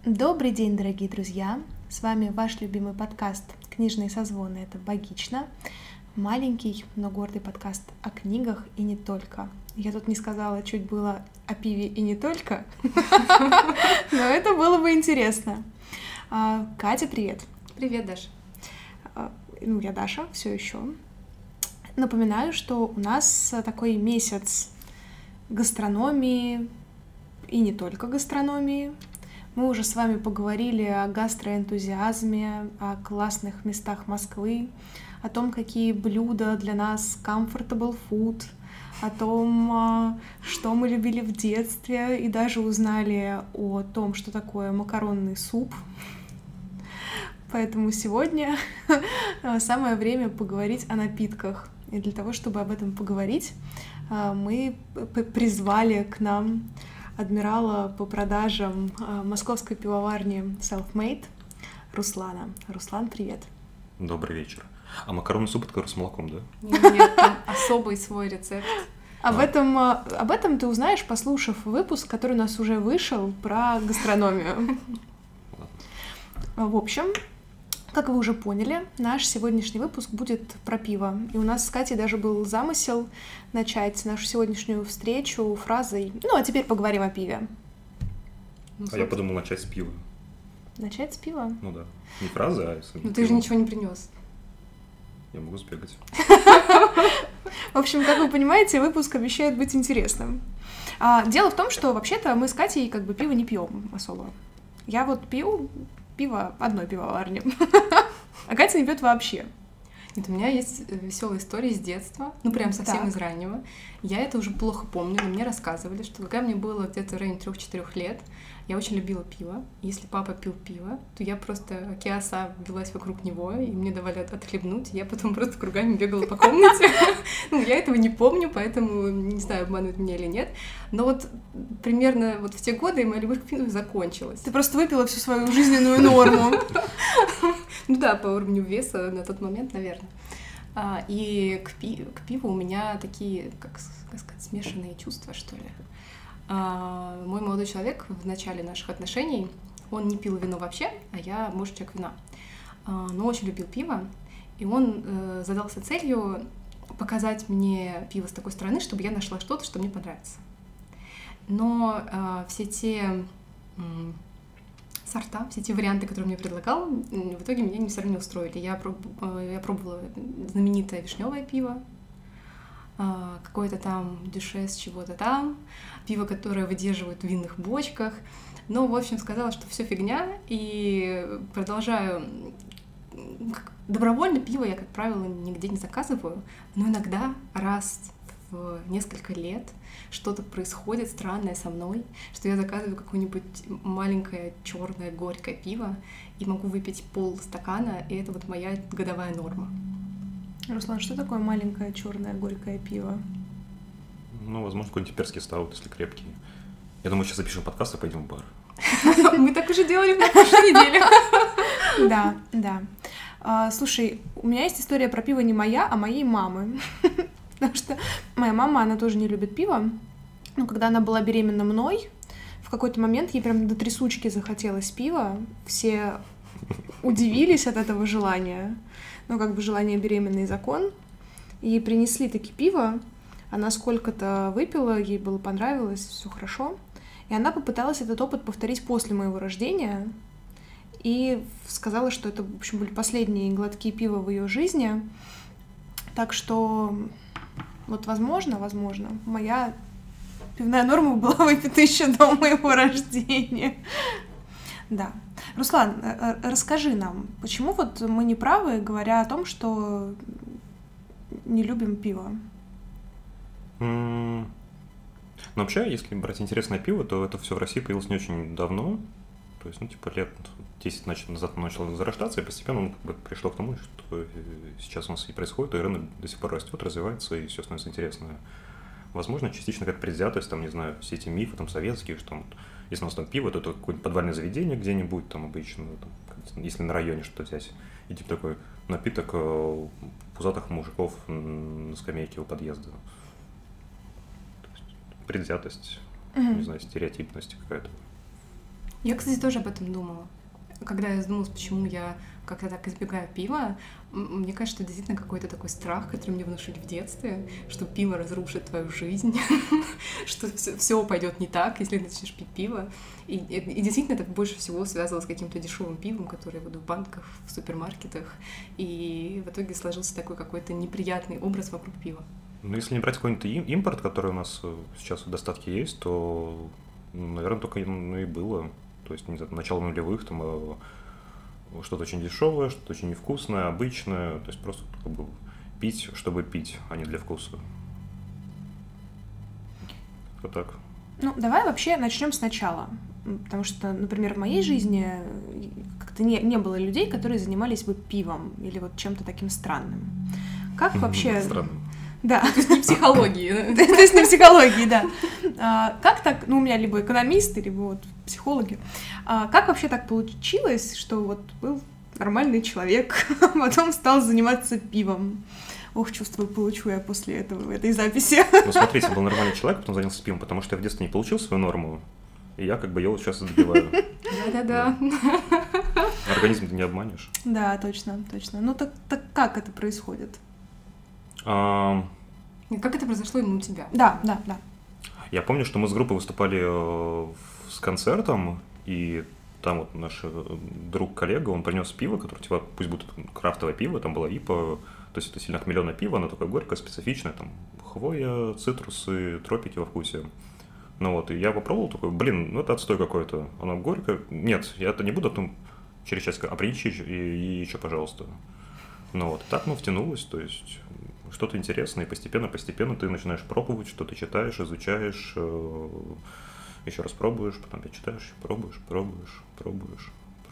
Добрый день, дорогие друзья! С вами ваш любимый подкаст «Книжные созвоны». Это «Богично». Маленький, но гордый подкаст о книгах и не только. Я тут не сказала чуть было о пиве и не только, но это было бы интересно. Катя, привет! Привет, Даша. Я Даша, все еще. Напоминаю, что у нас такой месяц гастрономии и не только гастрономии. Мы уже с вами поговорили о гастроэнтузиазме, о классных местах Москвы, о том, какие блюда для нас comfortable food, о том, что мы любили в детстве, и даже узнали о том, что такое макаронный суп. Поэтому сегодня самое время поговорить о напитках. И для того, чтобы об этом поговорить, мы призвали к нам адмирала по продажам московской пивоварни Self-Made Руслана. Руслан, привет. Добрый вечер. А макаронный суп — это с молоком, да? Нет, там особый свой рецепт. Об этом ты узнаешь, послушав выпуск, который у нас уже вышел, про гастрономию. В общем, как вы уже поняли, наш сегодняшний выпуск будет про пиво. И у нас с Катей даже был замысел начать нашу сегодняшнюю встречу фразой а теперь поговорим о пиве». Я подумал начать с пива. Начать с пива? Ну да. Не фраза, а... Ну ты же ничего не принес. Я могу сбегать. В общем, как вы понимаете, выпуск обещает быть интересным. Дело в том, что вообще-то мы с Катей пиво не пьем особо. Я пью пиво одной пивоварни, а Катя не пьет вообще. Нет, у меня есть веселая история из детства, прям совсем из раннего. Я это уже плохо помню, но мне рассказывали, что когда мне было где-то в районе 3-4 лет, я очень любила пиво. Если папа пил пиво, то я просто океаса велась вокруг него, и мне давали отхлебнуть, и я потом просто кругами бегала по комнате. Я этого не помню, поэтому не знаю, обманывают меня или нет. Но примерно в те годы моя любовь к пиву закончилась. Ты просто выпила всю свою жизненную норму. По уровню веса на тот момент, наверное. И к пиву у меня такие, как сказать, смешанные чувства, что ли. Мой молодой человек в начале наших отношений, он не пил вино вообще, а я, может, человек вина. Но очень любил пиво, и он задался целью показать мне пиво с такой стороны, чтобы я нашла что-то, что мне понравится. Но все те сорта, все те варианты, которые он мне предлагал, в итоге меня все равно не устроили. Я пробовала знаменитое вишневое пиво, какое-то там дюшес чего-то там, пиво, которое выдерживают в винных бочках. В общем, сказала, что все фигня, и продолжаю. Добровольно пиво я, как правило, нигде не заказываю, но иногда раз в несколько лет что-то происходит странное со мной, что я заказываю какое-нибудь маленькое черное горькое пиво и могу выпить полстакана, и это моя годовая норма. Руслан, что такое маленькое черное горькое пиво? Возможно, какой-нибудь перский стаут, если крепкий. Я думаю, сейчас запишем подкаст и пойдем в бар. Мы так уже делали на прошлой неделе. Да. Слушай, у меня есть история про пиво не моя, а моей мамы. Потому что моя мама, она тоже не любит пиво. Когда она была беременна мной, в какой-то момент ей прям до трясучки захотелось пива. Все удивились от этого желания. Желание беременный закон. Ей принесли таки пиво. Она сколько-то выпила, ей было понравилось, все хорошо. И она попыталась этот опыт повторить после моего рождения. И сказала, что это, в общем, были последние глотки пива в ее жизни. Так что, возможно, моя пивная норма была выпита еще до моего рождения. Да. Руслан, расскажи нам, почему мы не правы, говоря о том, что не любим пиво? Вообще, если брать интересное пиво, то это все в России появилось не очень давно. То есть, лет 10 назад оно начало зарождаться, и постепенно пришло к тому, что сейчас у нас и происходит, и рынок до сих пор растет, развивается, и все становится интересно. Возможно, частично какая-то предвзятость, не знаю, все эти мифы советские, что если у нас пиво, то это какое-нибудь подвальное заведение где-нибудь, обычно, если на районе что-то взять, и такой напиток пузатых мужиков на скамейке у подъезда. Предвзятость, не знаю, стереотипность какая-то. Я, кстати, тоже об этом думала. Когда я задумалась, почему я как-то так избегаю пива, мне кажется, что действительно какой-то такой страх, который мне внушили в детстве, что пиво разрушит твою жизнь, что все пойдет не так, если начнешь пить пиво. И действительно это больше всего связывалось с каким-то дешевым пивом, которое вот в банках, в супермаркетах. И в итоге сложился такой какой-то неприятный образ вокруг пива. Ну, если не брать какой-нибудь импорт, который у нас сейчас в достатке есть, то, наверное, только и было. То есть, не знаю, начало нулевых, там что-то очень дешевое, что-то очень невкусное, обычное. То есть просто как бы пить, чтобы пить, а не для вкуса. Вот так. Ну, давай вообще начнем сначала. Потому что, например, в моей жизни как-то не было людей, которые занимались бы пивом или вот чем-то таким странным. Как вообще... Странным. Да. То есть не психологии. То есть не психологии, да. Как так, ну, у меня либо экономисты, либо вот психологи. Как вообще так получилось, что вот был нормальный человек, а потом стал заниматься пивом? Ох, чувствую, получу я после этой записи. Ну, смотрите, был нормальный человек, потом занялся пивом, потому что я в детстве не получил свою норму, и я как бы его сейчас и добиваю. Да-да-да. Организм ты не обманешь. Да, точно. Ну, так как это происходит? Как это произошло именно у тебя? Да. Я помню, что мы с группой выступали с концертом, и там вот наш друг-коллега, он принес пиво, которое, типа, пусть будет крафтовое пиво, там была ИПА, то есть это сильно хмеленое пиво, оно такое горькое, специфичное, там хвоя, цитрусы, тропики во вкусе. Ну вот, и я попробовал, такой, блин, ну это отстой какой-то, оно горькое. Нет, я это не буду, потом через час сказать, принеси и еще, пожалуйста. Ну вот, так, втянулось, то есть что-то интересное, и постепенно ты начинаешь пробовать, что-то читаешь, изучаешь, еще раз пробуешь, потом опять читаешь, пробуешь.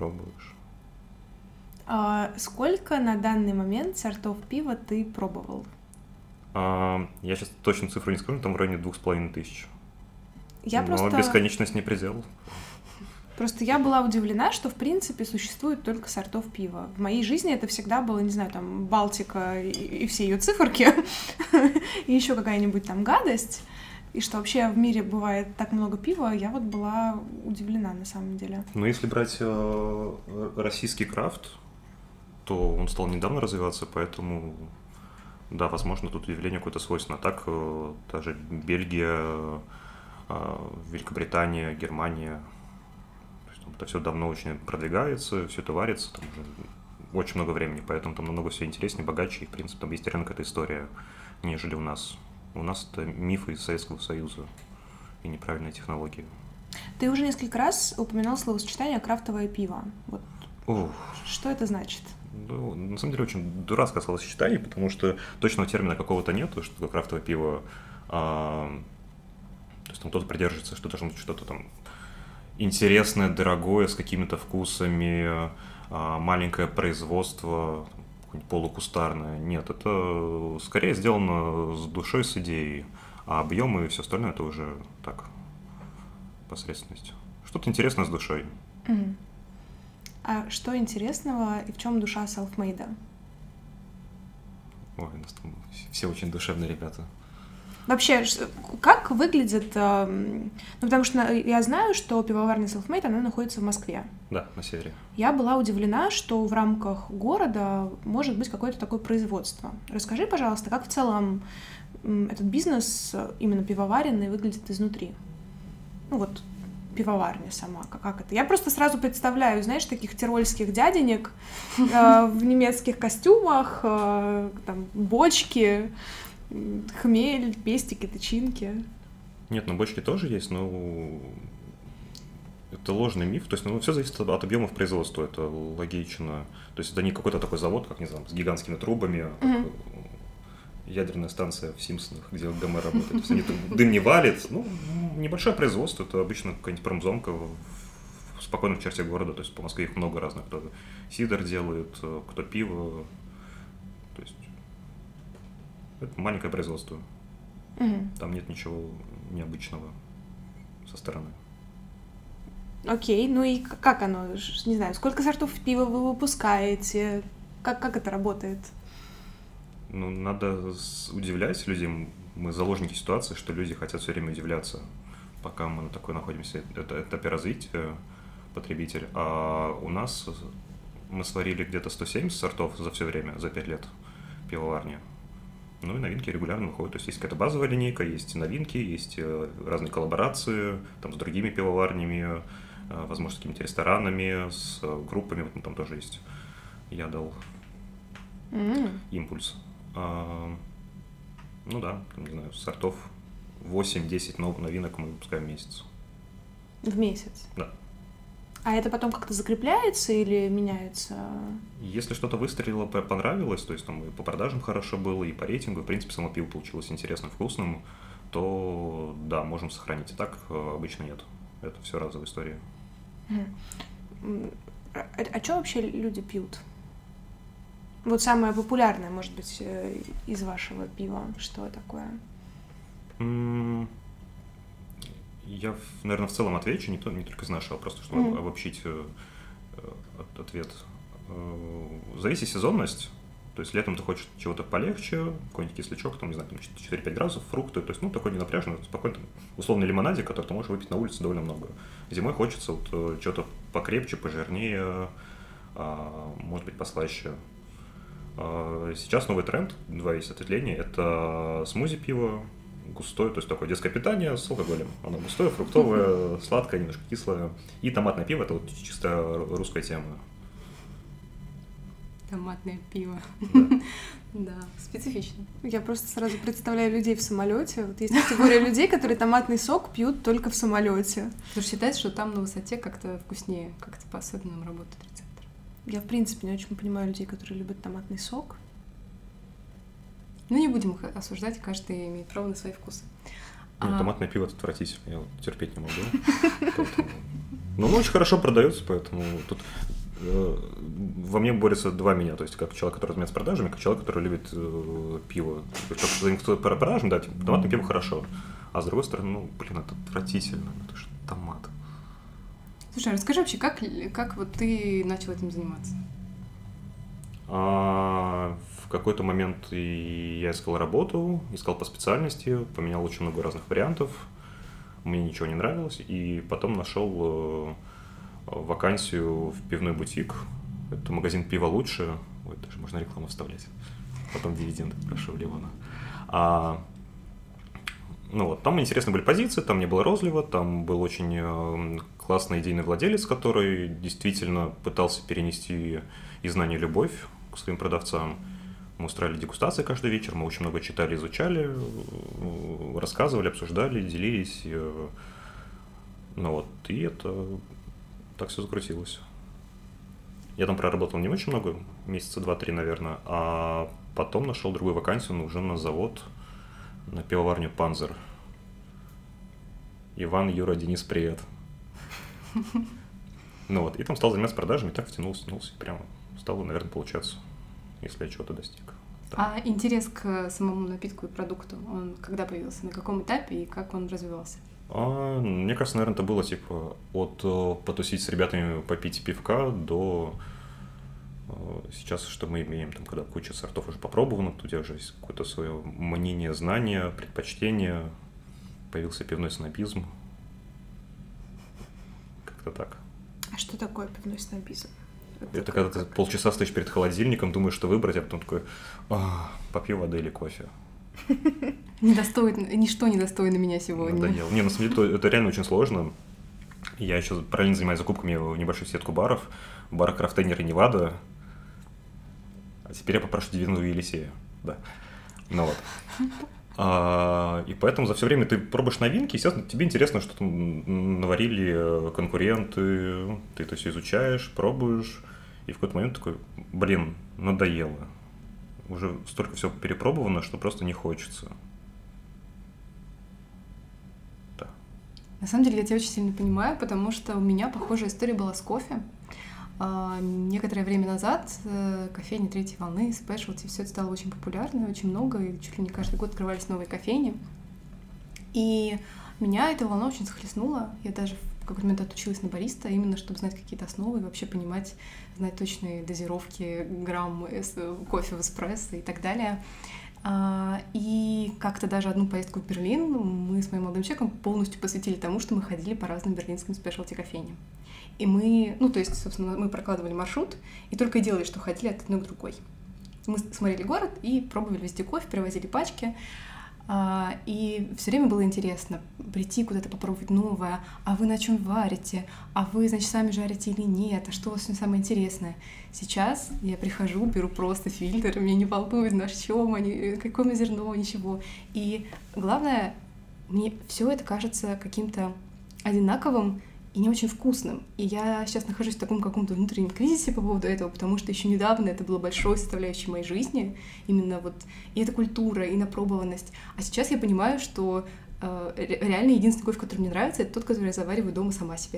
Сколько на данный момент сортов пива ты пробовал? Я сейчас точно цифру не скажу, там в районе 2500. Но бесконечность не предел. Просто я была удивлена, что, в принципе, существует только сортов пива. В моей жизни это всегда было, не знаю, там, Балтика и все ее циферки, и еще какая-нибудь там гадость. И что вообще в мире бывает так много пива, я вот была удивлена на самом деле. Но если брать российский крафт, то он стал недавно развиваться, поэтому, да, возможно, тут явление какое-то свойственно. А так, та же Бельгия, Великобритания, Германия, то есть, это все давно очень продвигается, все это варится, там очень много времени, поэтому там намного все интереснее, богаче, и, в принципе, там есть рынок, эта история, нежели у нас. У нас это мифы из Советского Союза и неправильные технологии. Ты уже несколько раз упоминал словосочетание «крафтовое пиво». Вот. Что это значит? Ну, на самом деле, очень дурацкое словосочетание, потому что точного термина какого-то нету, что такое крафтовое пиво. То есть там кто-то придерживается, что должно быть что-то там интересное, дорогое, с какими-то вкусами, маленькое производство, полукустарное. Нет, это скорее сделано с душой, с идеей, а объемы и все остальное это уже так, посредственность. Что-то интересное с душой. А что интересного и в чем душа селфмейда? Ой, у нас там все очень душевные ребята. Вообще, как выглядит... Ну, потому что я знаю, что пивоварня Selfmade, она находится в Москве. Да, на севере. Я была удивлена, что в рамках города может быть какое-то такое производство. Расскажи, пожалуйста, как в целом этот бизнес, именно пивоваренный, выглядит изнутри? Ну вот, пивоварня сама, как это? Я просто сразу представляю, знаешь, таких тирольских дяденек в немецких костюмах, там, бочки... Хмель, пестики, тычинки. Нет, бочки тоже есть, но это ложный миф. То есть, все зависит от объемов производства, это логично. То есть, это не какой-то такой завод, как, не знаю, с гигантскими трубами, как ядерная станция в Симпсонах, где Гомер работает. То есть, они дым не валит. Ну, небольшое производство, это обычно какая-нибудь промзонка в спокойном черте города. То есть, по Москве их много разных. Кто сидр делает, кто пиво. То есть, это маленькое производство. Там нет ничего необычного со стороны. Окей, ну и как оно? Не знаю, сколько сортов пива вы выпускаете? Как это работает? Ну, надо удивлять людей. Мы заложники ситуации, что люди хотят все время удивляться. Пока мы на такой находимся этапе развития, потребитель, а у нас мы сварили где-то 170 сортов за все время, за 5 лет пивоварни. Ну и новинки регулярно выходят. То есть есть какая-то базовая линейка, есть новинки, есть разные коллаборации там, с другими пивоварнями, возможно, с какими-то ресторанами, с группами. Вот там тоже есть. Я дал импульс. Ну да, там, не знаю, сортов 8-10 новинок мы выпускаем в месяц. В месяц? Да. А это потом как-то закрепляется или меняется? Если что-то выстрелило, понравилось, то есть там и по продажам хорошо было, и по рейтингу, и, в принципе, само пиво получилось интересным, вкусным, то да, можем сохранить. А так обычно нет. Это все разовая история. А что вообще люди пьют? Вот самое популярное, может быть, из вашего пива, что такое? Я, наверное, в целом отвечу, не только из нашего, просто чтобы обобщить ответ. Зависит сезонность. То есть летом ты хочешь чего-то полегче, какой-нибудь кислячок, там, не знаю, 4-5 градусов, фрукты, то есть, ну, такой ненапряженный, спокойный, условный лимонадик, который ты можешь выпить на улице довольно много. Зимой хочется вот чего-то покрепче, пожирнее, может быть, послаще. Сейчас новый тренд, 2 есть ответвления, это смузи-пиво, густое, то есть такое детское питание с алкоголем. Оно густое, фруктовое, сладкое, немножко кислое. И томатное пиво – это вот чисто русская тема. Томатное пиво. Да, специфично. Я просто сразу представляю людей в самолете. Вот есть категория людей, которые томатный сок пьют только в самолете. Потому что считается, что там на высоте как-то вкуснее, как-то по-особенному работает рецептор. Я, в принципе, не очень понимаю людей, которые любят томатный сок. Ну, не будем их осуждать, каждый имеет право на свои вкусы. Томатное пиво отвратительно, я вот терпеть не могу. Но оно очень хорошо продается, поэтому тут во мне борются два меня, то есть как человек, который занимается продажами, как человек, который любит пиво. Человек, который занимается продажами, да, типа, томатное пиво хорошо, а с другой стороны, ну, блин, это отвратительно, это же томат. Слушай, а расскажи вообще, как вот ты начал этим заниматься? В какой-то момент я искал работу, искал по специальности, поменял очень много разных вариантов, мне ничего не нравилось, и потом нашел вакансию в пивной бутик. Это магазин «Пиво лучше». Ой, даже можно рекламу вставлять. Потом дивиденды, прошу, Леона. Ну вот, там интересные были позиции, там не было розлива, там был очень классный идейный владелец, который действительно пытался перенести и знание, и любовь к своим продавцам. Мы устраивали дегустации каждый вечер, мы очень много читали, изучали, рассказывали, обсуждали, делились. Ну вот, и это так все закрутилось. Я там проработал не очень много, месяца 2-3, наверное, а потом нашел другую вакансию, но уже на завод, на пивоварню «Панзер». Иван, Юра, Денис, привет. Ну вот, и там стал заниматься продажами, так втянулся, и прямо стало, наверное, получаться, если я чего-то достиг. А интерес к самому напитку и продукту, он когда появился, на каком этапе и как он развивался? Мне кажется, наверное, это было типа от потусить с ребятами, попить пивка до сейчас, что мы имеем, там, когда куча сортов уже попробовано, у тебя уже есть какое-то свое мнение, знание, предпочтение, появился пивной снобизм. Как-то так. А что такое пивной снобизм? Это когда ты полчаса стоишь перед холодильником, думаешь, что выбрать, а потом такой, попью воды или кофе. Ничто не достойно меня сегодня. Надоело. Не, на самом деле, это реально очень сложно. Я еще параллельно занимаюсь закупками в небольшую сетку баров. Бар Крафтейнер и Невада. А теперь я попрошу Дивину и Елисея. Да. Ну вот. И поэтому за все время ты пробуешь новинки, естественно, тебе интересно, что там наварили конкуренты, ты это все изучаешь, пробуешь, и в какой-то момент такой, блин, надоело. Уже столько всего перепробовано, что просто не хочется. Да. На самом деле я тебя очень сильно понимаю, потому что у меня похожая история была с кофе. Некоторое время назад кофейни третьей волны, спешлти, все это стало очень популярно, очень много, и чуть ли не каждый год открывались новые кофейни. И меня эта волна очень захлестнула. Я даже в какой-то момент отучилась на бариста, именно чтобы знать какие-то основы и вообще понимать, знать точные дозировки грамм кофе в эспрессо и так далее. И как-то даже одну поездку в Берлин мы с моим молодым человеком полностью посвятили тому, что мы ходили по разным берлинским спешлти кофейням. И мы, ну, то есть, собственно, мы прокладывали маршрут и только и делали, что ходили от одной к другой. Мы смотрели город и пробовали везде кофе, привозили пачки. И все время было интересно прийти куда-то попробовать новое. А вы на чем варите? А вы, значит, сами жарите или нет? А что у вас самое интересное? Сейчас я прихожу, беру просто фильтр, меня не волнует, на чем они, какое зерно, ничего. И главное, мне все это кажется каким-то одинаковым и не очень вкусным. И я сейчас нахожусь в таком каком-то внутреннем кризисе по поводу этого, потому что еще недавно это было большой составляющей моей жизни, именно вот и эта культура, и напробованность. А сейчас я понимаю, что реально единственный кофе, который мне нравится, это тот, который я завариваю дома сама себе.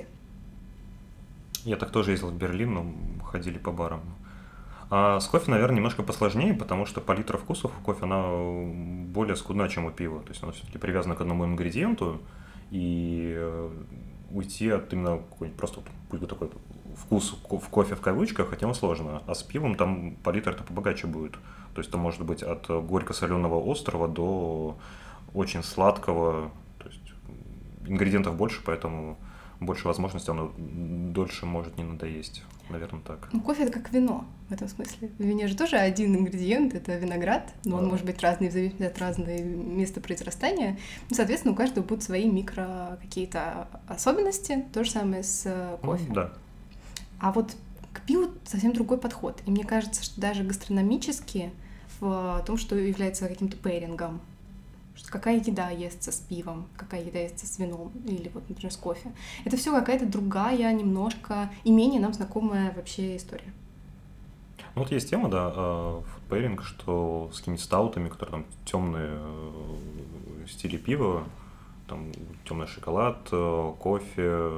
Я так тоже ездил в Берлин, но ходили по барам. А с кофе, наверное, немножко посложнее, потому что палитра вкусов у кофе, она более скудна, чем у пива. То есть она все-таки привязана к одному ингредиенту, и уйти от именно какой-нибудь просто вот такой вкус в кофе в кавычках, хотя сложно. А с пивом там палитра-то побогаче будет. То есть это может быть от горько-соленого острого до очень сладкого. То есть ингредиентов больше, поэтому больше возможностей, оно дольше может не надоесть. Наверное, так. Ну, кофе — это как вино в этом смысле. В вине же тоже один ингредиент — это виноград, но он может быть разный в зависимости от разного места произрастания. Ну, соответственно, у каждого будут свои микро какие-то особенности. То же самое с кофе. Да. А вот к пиву совсем другой подход. И мне кажется, что даже гастрономически в том, что является каким-то пэрингом, что какая еда естся с пивом, какая еда естся с вином или вот, например, с кофе. Это все какая-то другая, немножко и менее нам знакомая вообще история. Ну вот есть тема, да, фудпейринг, что с какими-то стаутами, которые там темные стили пива, там темный шоколад, кофе,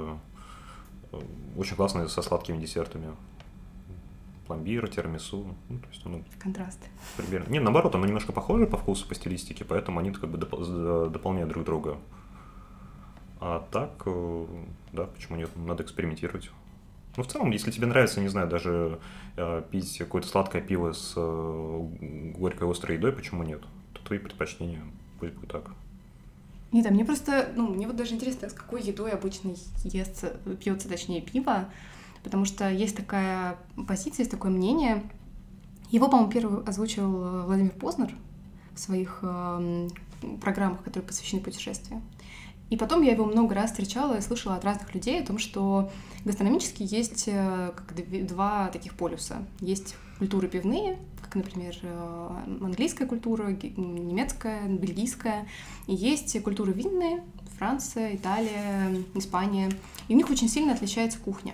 очень классно со сладкими десертами. Пломбир, тирамису, ну, то есть оно... Контрасты. Примерно. Не, наоборот, оно немножко похоже по вкусу, по стилистике, поэтому они как бы дополняют друг друга. А так, да, почему нет, надо экспериментировать. Ну, в целом, если тебе нравится, не знаю, даже пить какое-то сладкое пиво с горькой острой едой, почему нет? Это твои предпочтения, пусть будет так. Нет, а мне просто, мне вот даже интересно, с какой едой обычно пьется, точнее, пиво. Потому что есть такая позиция, есть такое мнение. Его, по-моему, первый озвучивал Владимир Познер в своих программах, которые посвящены путешествиям. И потом я его много раз встречала и слышала от разных людей о том, что гастрономически есть как два таких полюса. Есть культуры пивные, как, например, английская культура, немецкая, бельгийская. И есть культуры винные, Франция, Италия, Испания. И у них очень сильно отличается кухня.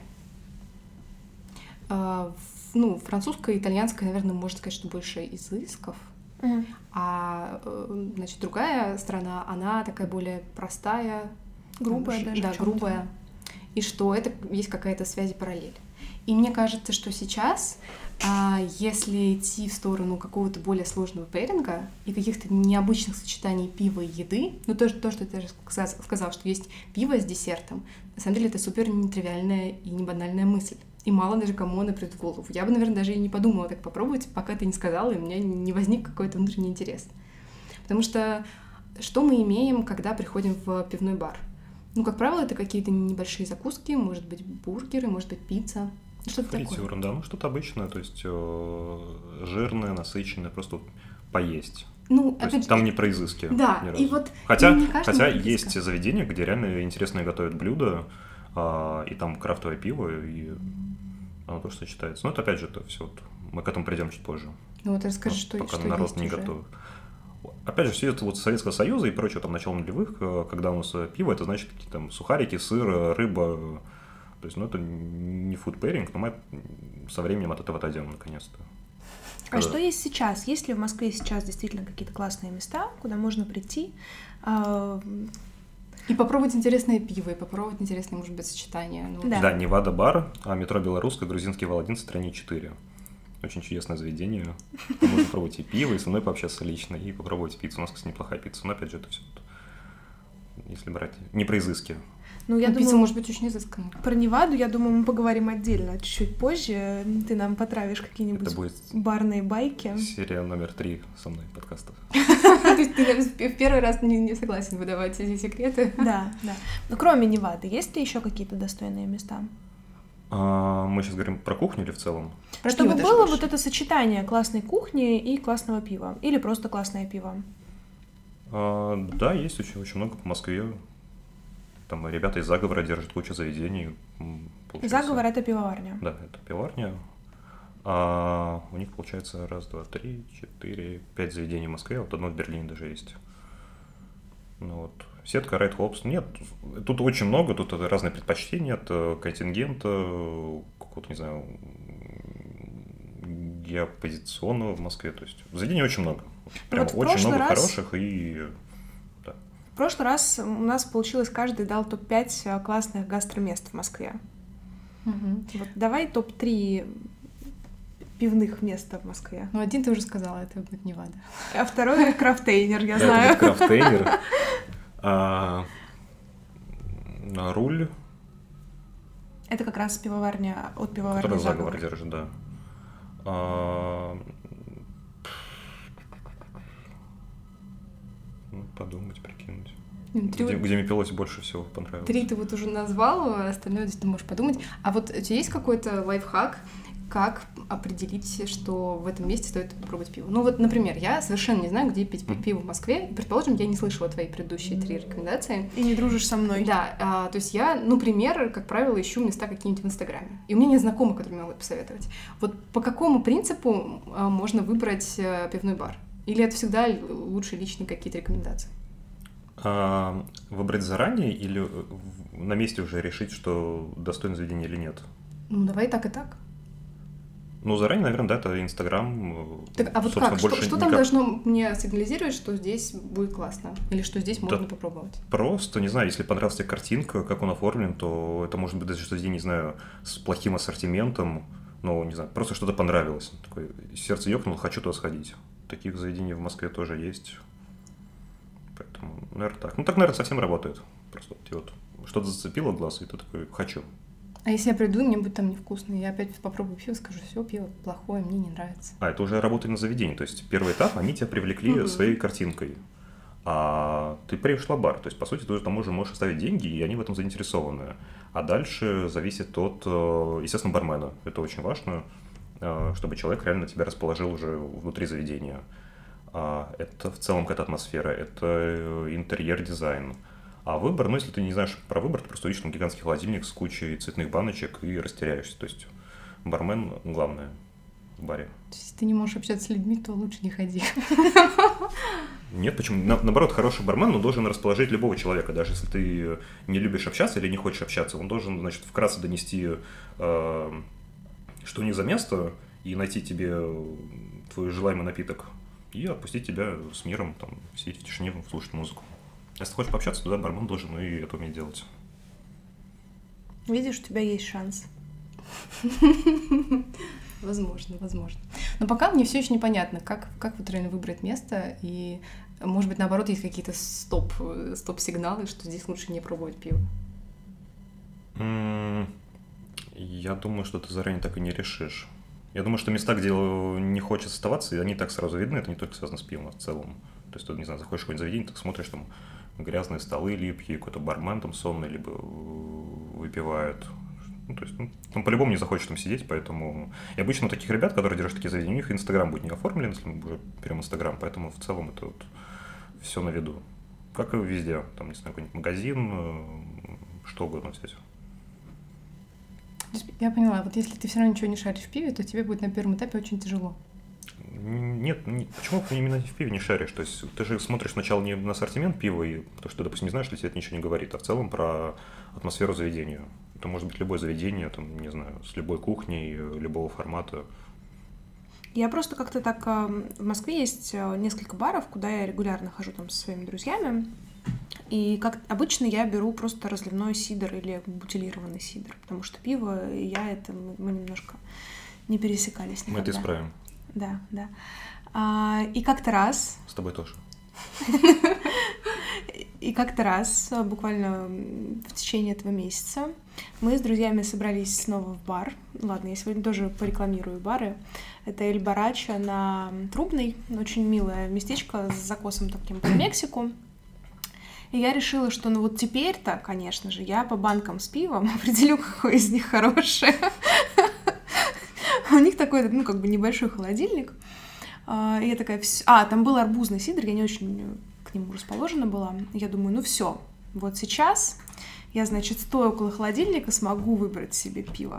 Французская, итальянская, наверное, можно сказать, что больше изысков. А, значит, другая страна, она такая более простая. Грубая даже. Да, грубая. И что это есть какая-то связь и параллель. И мне кажется, что сейчас, если идти в сторону какого-то более сложного пейринга и каких-то необычных сочетаний пива и еды, то, что ты даже сказал, что есть пиво с десертом, на самом деле это супер нетривиальная и не банальная мысль. И мало даже кому она придет в голову. Я бы, наверное, даже и не подумала так попробовать, пока ты не сказала, и у меня не возник какой-то внутренний интерес. Потому что мы имеем, когда приходим в пивной бар? Как правило, это какие-то небольшие закуски, может быть, бургеры, может быть, пицца. Что-то фритюр, такое. Да, что-то обычное, то есть жирное, насыщенное, просто поесть. Там не про изыски. Да, и вот... Хотя есть заведения, где реально интересные готовят блюда, и там крафтовое пиво, и оно тоже сочетается. Но это опять же, это все. Мы к этому придем чуть позже. Расскажи, что пока народ есть не уже. готов. Опять же, все это вот Советского Союза и прочее, там, начало нулевых, когда у нас пиво, это значит какие-то там сухарики, сыр, рыба. То есть, это не фудпейринг, но мы со временем от этого отойдем, наконец-то. А что есть сейчас? Есть ли в Москве сейчас действительно какие-то классные места, куда можно прийти? И попробовать интересное пиво, и попробовать интересные, может быть, сочетания. Да, Невада бар, метро Белорусская, Грузинский Вал-1, стороне 4. Очень чудесное заведение. Можно пробовать и пиво, и со мной пообщаться лично, и попробовать пиццу. У нас, кстати, неплохая пицца, но опять же это все, если брать, не про изыски. Я думаю, пицца может быть очень изысканной. Про Неваду, я думаю, мы поговорим отдельно, чуть-чуть позже. Ты нам потравишь какие-нибудь барные байки. Серия номер 3 со мной подкаста. То есть ты в первый раз не согласен выдавать эти секреты? Да. Но кроме Невады, есть ли еще какие-то достойные места? Мы сейчас говорим про кухню или в целом? Про Чтобы пиво даже было больше. вот это сочетание классной кухни и классного пива. Или просто классное пиво. Да, есть очень много по Москве. Там ребята из Заговора держат кучу заведений. Получается. Заговор — это пивоварня. Да, это пивоварня. У них получается 1, 2, 3, 4, 5 заведений в Москве, вот одно в Берлине даже есть. Ну вот. Сетка Red Hops. Нет, тут очень много, тут разные предпочтения от контингента, какого-то, не знаю, геопозиционного в Москве. То есть заведений очень много. Прям вот очень много хороших и... Да. В прошлый раз у нас получилось, каждый дал топ-5 классных гастромест в Москве. Вот давай топ-3 пивных места в Москве. Ну, один ты уже сказала, это будет Невада. А второй — крафтейнер, я Да, знаю. это крафтейнер. Руль, Это как раз пивоварня от пивоварни который Заговор. Заговор держит, да. Подумать, прикинуть. Где мне пилось больше всего понравилось. 3 ты вот уже назвал, а остальное здесь ты можешь подумать. А вот у тебя есть какой-то лайфхак, как определить, что в этом месте стоит попробовать пиво? Ну вот, например, я совершенно не знаю, где пить пиво в Москве. И, предположим, я не слышала твои предыдущие 3 рекомендации. И не дружишь со мной. Да, то есть я, например, как правило, ищу места какие-нибудь в Инстаграме. И у меня нет знакомых, которые могут посоветовать. Вот по какому принципу можно выбрать пивной бар? Или это всегда лучше личные какие-то рекомендации? Выбрать заранее или на месте уже решить, что достойно заведения или нет? Ну, давай так и так. Ну, заранее, наверное, да, это Инстаграм. Так, а вот как? Что там должно мне сигнализировать, что здесь будет классно? Или что здесь можно попробовать? Просто, не знаю, если понравилась тебе картинка, как он оформлен, то это может быть даже что-то, не знаю, с плохим ассортиментом, но, не знаю, просто что-то понравилось. Такое сердце ёкнуло, хочу туда сходить. Таких заведений в Москве тоже есть. Поэтому, наверное, так. Ну, так, наверное, совсем работает. Просто вот что-то зацепило глаз, и ты такой, хочу. А если я приду, мне будет там невкусно, я опять попробую пиво, скажу, все, пиво плохое, мне не нравится. Это уже работа на заведении. То есть первый этап, они тебя привлекли своей картинкой. А ты пришла в бар. То есть, по сути, ты там уже можешь оставить деньги, и они в этом заинтересованы. А дальше зависит от, естественно, бармена. Это очень важно, чтобы человек реально тебя расположил уже внутри заведения. Это в целом какая-то атмосфера, это интерьер-дизайн. А выбор, ну, если ты не знаешь про выбор, ты просто увидишь там гигантский холодильник с кучей цветных баночек и растеряешься. То есть бармен главное в баре. Если ты не можешь общаться с людьми, то лучше не ходи. Нет, почему? Наоборот, хороший бармен, он должен расположить любого человека. Даже если ты не любишь общаться или не хочешь общаться, он должен, значит, вкратце донести, что у них за место, и найти тебе твой желаемый напиток, и отпустить тебя с миром, там, сидеть в тишине, слушать музыку. Если хочешь пообщаться, то да, бармен должен и это уметь делать. Видишь, у тебя есть шанс. Возможно. Но пока мне все еще непонятно, как вот реально выбрать место, и, может быть, наоборот, есть какие-то стоп-сигналы, что здесь лучше не пробовать пиво. Я думаю, что ты заранее так и не решишь. Я думаю, что места, где не хочется оставаться, они так сразу видны, это не только связано с пивом, а в целом. То есть ты, не знаю, заходишь в какое-нибудь заведение, ты смотришь, там грязные столы липкие, какой-то бармен там сонный, либо выпивает. Ну, то есть, там по-любому не захочешь там сидеть, поэтому... И обычно у таких ребят, которые держат такие заведения, у них Инстаграм будет не оформлен, если мы уже берем Инстаграм, поэтому в целом это вот все на виду. Как и везде, там, не знаю, какой-нибудь магазин, что угодно взять. Я поняла, вот если ты все равно ничего не шаришь в пиве, то тебе будет на первом этапе очень тяжело. Нет, почему ты именно в пиве не шаришь? То есть ты же смотришь сначала не на ассортимент пива, потому что ты, допустим, не знаешь, что тебе это ничего не говорит, а в целом про атмосферу заведения. Это может быть любое заведение, там, не знаю, с любой кухней, любого формата. Я просто как-то так... В Москве есть несколько баров, куда я регулярно хожу там со своими друзьями. И как обычно я беру просто разливной сидр или бутилированный сидр, потому что пиво и я, это мы немножко не пересекались никогда. Мы это исправим. Да. И как-то раз... С тобой тоже. И как-то раз, буквально в течение этого месяца, мы с друзьями собрались снова в бар. Ладно, я сегодня тоже порекламирую бары. Это Эль Барача на Трубной. Очень милое местечко с закосом таким под Мексику. И И я решила, что ну вот теперь-то, конечно же, я по банкам с пивом определю, какое из них хорошее. У них такой, ну, как бы небольшой холодильник. И я такая, там был арбузный сидр, я не очень к нему расположена была. Я думаю, ну все, вот сейчас я, значит, стоя около холодильника, смогу выбрать себе пиво.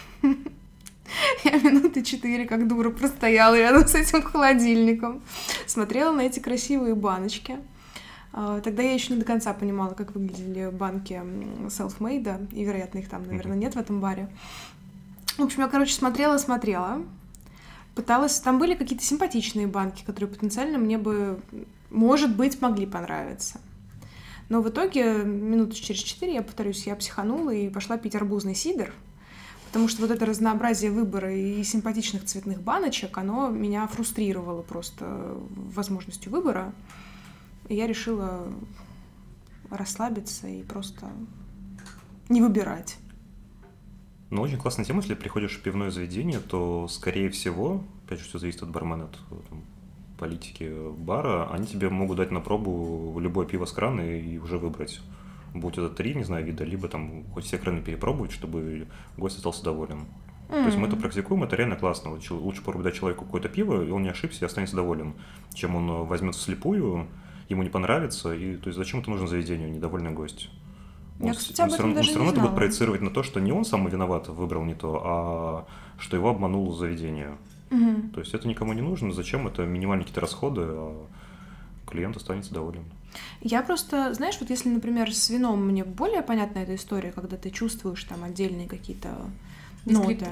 Я минуты 4 как дура простояла рядом с этим холодильником, смотрела на эти красивые баночки. Тогда я еще не до конца понимала, как выглядели банки self-made, и, вероятно, их там, наверное, нет в этом баре. В общем, я, короче, смотрела, пыталась... Там были какие-то симпатичные банки, которые потенциально мне бы, может быть, могли понравиться. Но в итоге, минуты через 4, я повторюсь, я психанула и пошла пить арбузный сидр, потому что вот это разнообразие выбора и симпатичных цветных баночек, оно меня фрустрировало просто возможностью выбора. И я решила расслабиться и просто не выбирать. Ну, очень классная тема, если приходишь в пивное заведение, то, скорее всего, опять же, все зависит от бармена, от политики бара, они тебе могут дать на пробу любое пиво с крана и уже выбрать. Будь это 3, не знаю, вида, либо там хоть все краны перепробовать, чтобы гость остался доволен. То есть мы это практикуем, это реально классно. Лучше попробовать дать человеку какое-то пиво, и он не ошибся и останется доволен, чем он возьмет вслепую, ему не понравится, и то есть зачем это нужно заведению, недовольный гость? Я, кстати, об этом даже не знала. Он все равно это будет проецировать на то, что не он сам виноват, выбрал не то, а что его обмануло заведение. То есть это никому не нужно, зачем это минимальные какие-то расходы, а клиент останется доволен. Я просто, знаешь, вот если, например, с вином мне более понятна эта история, когда ты чувствуешь там отдельные какие-то ноты.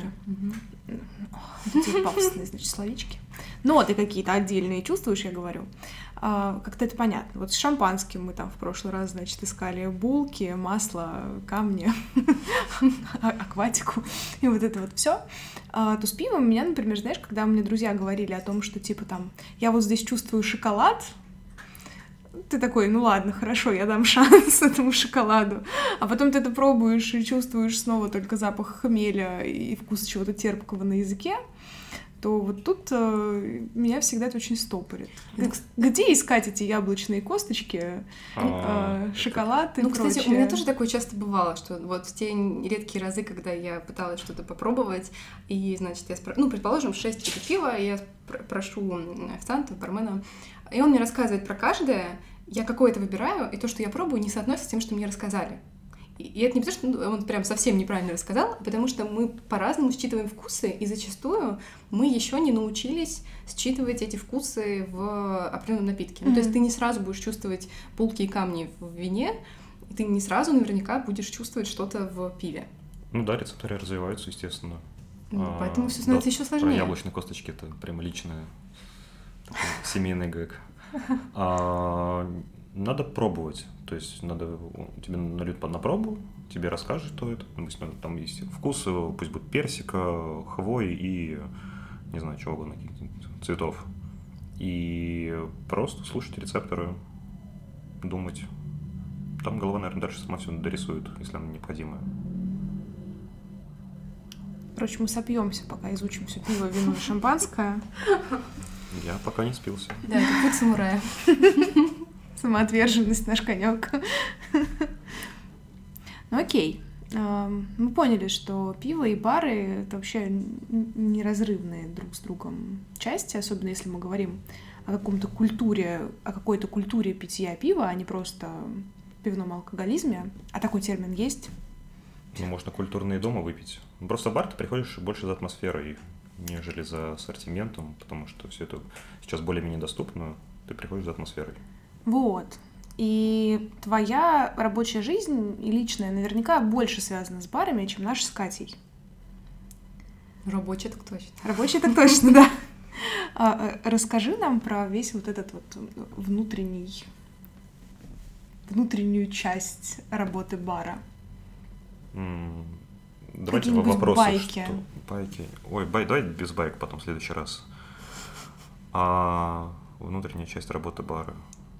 Эти пафосные, значит, словечки. Ноты какие-то отдельные чувствуешь, я говорю. Как-то это понятно. Вот с шампанским мы там в прошлый раз, значит, искали булки, масло, камни, акватику и вот это вот все. То с пивом меня, например, знаешь, когда мне друзья говорили о том, что типа там я вот здесь чувствую шоколад, ты такой, ну ладно, хорошо, я дам шанс этому шоколаду. А потом ты это пробуешь и чувствуешь снова только запах хмеля и вкус чего-то терпкого на языке, то вот тут меня всегда это очень стопорит. Где искать эти яблочные косточки, шоколад и прочее? Кстати, у меня тоже такое часто бывало, что вот в те редкие разы, когда я пыталась что-то попробовать, и, значит, я предположим, 6 типов пива, и я прошу официанта, бармена, и он мне рассказывает про каждое, я какое-то выбираю, и то, что я пробую, не соотносится с тем, что мне рассказали. И это не потому, что он прям совсем неправильно рассказал, а потому что мы по-разному считываем вкусы, и зачастую мы еще не научились считывать эти вкусы в определенном напитке. То есть ты не сразу будешь чувствовать булки и камни в вине, и ты не сразу наверняка будешь чувствовать что-то в пиве. Ну да, рецепторы развиваются, естественно. Поэтому все становится еще сложнее. Про яблочные косточки это прямо личное, семейный гэг. Надо пробовать, то есть тебе нальют на пробу, тебе расскажут, что это, там есть вкус, пусть будет персика, хвои и, не знаю, чего угодно, цветов. И просто слушать рецепторы, думать. Там голова, наверное, дальше сама все дорисует, если она необходимая. Короче, мы сопьемся, пока изучим все пиво, вино и шампанское. Я пока не спился. Да, это путь самурая. Самоотверженность наш конек. Ну окей. Мы поняли, что пиво и бары — это вообще неразрывные друг с другом части, особенно если мы говорим о какой-то культуре питья пива, а не просто пивном алкоголизме. А такой термин есть. Ну, можно культурно и дома выпить. Просто в бар ты приходишь больше за атмосферой, нежели за ассортиментом, потому что все это сейчас более-менее доступно, ты приходишь за атмосферой. Вот. И твоя рабочая жизнь и личная наверняка больше связана с барами, чем наша с Катей. Рабочая так точно. Рабочая так точно, да. Расскажи нам про весь вот этот вот внутреннюю часть работы бара. Давайте вопросы. Байки. Байки. Ой, давай без байк потом в следующий раз. Внутренняя часть работы бара.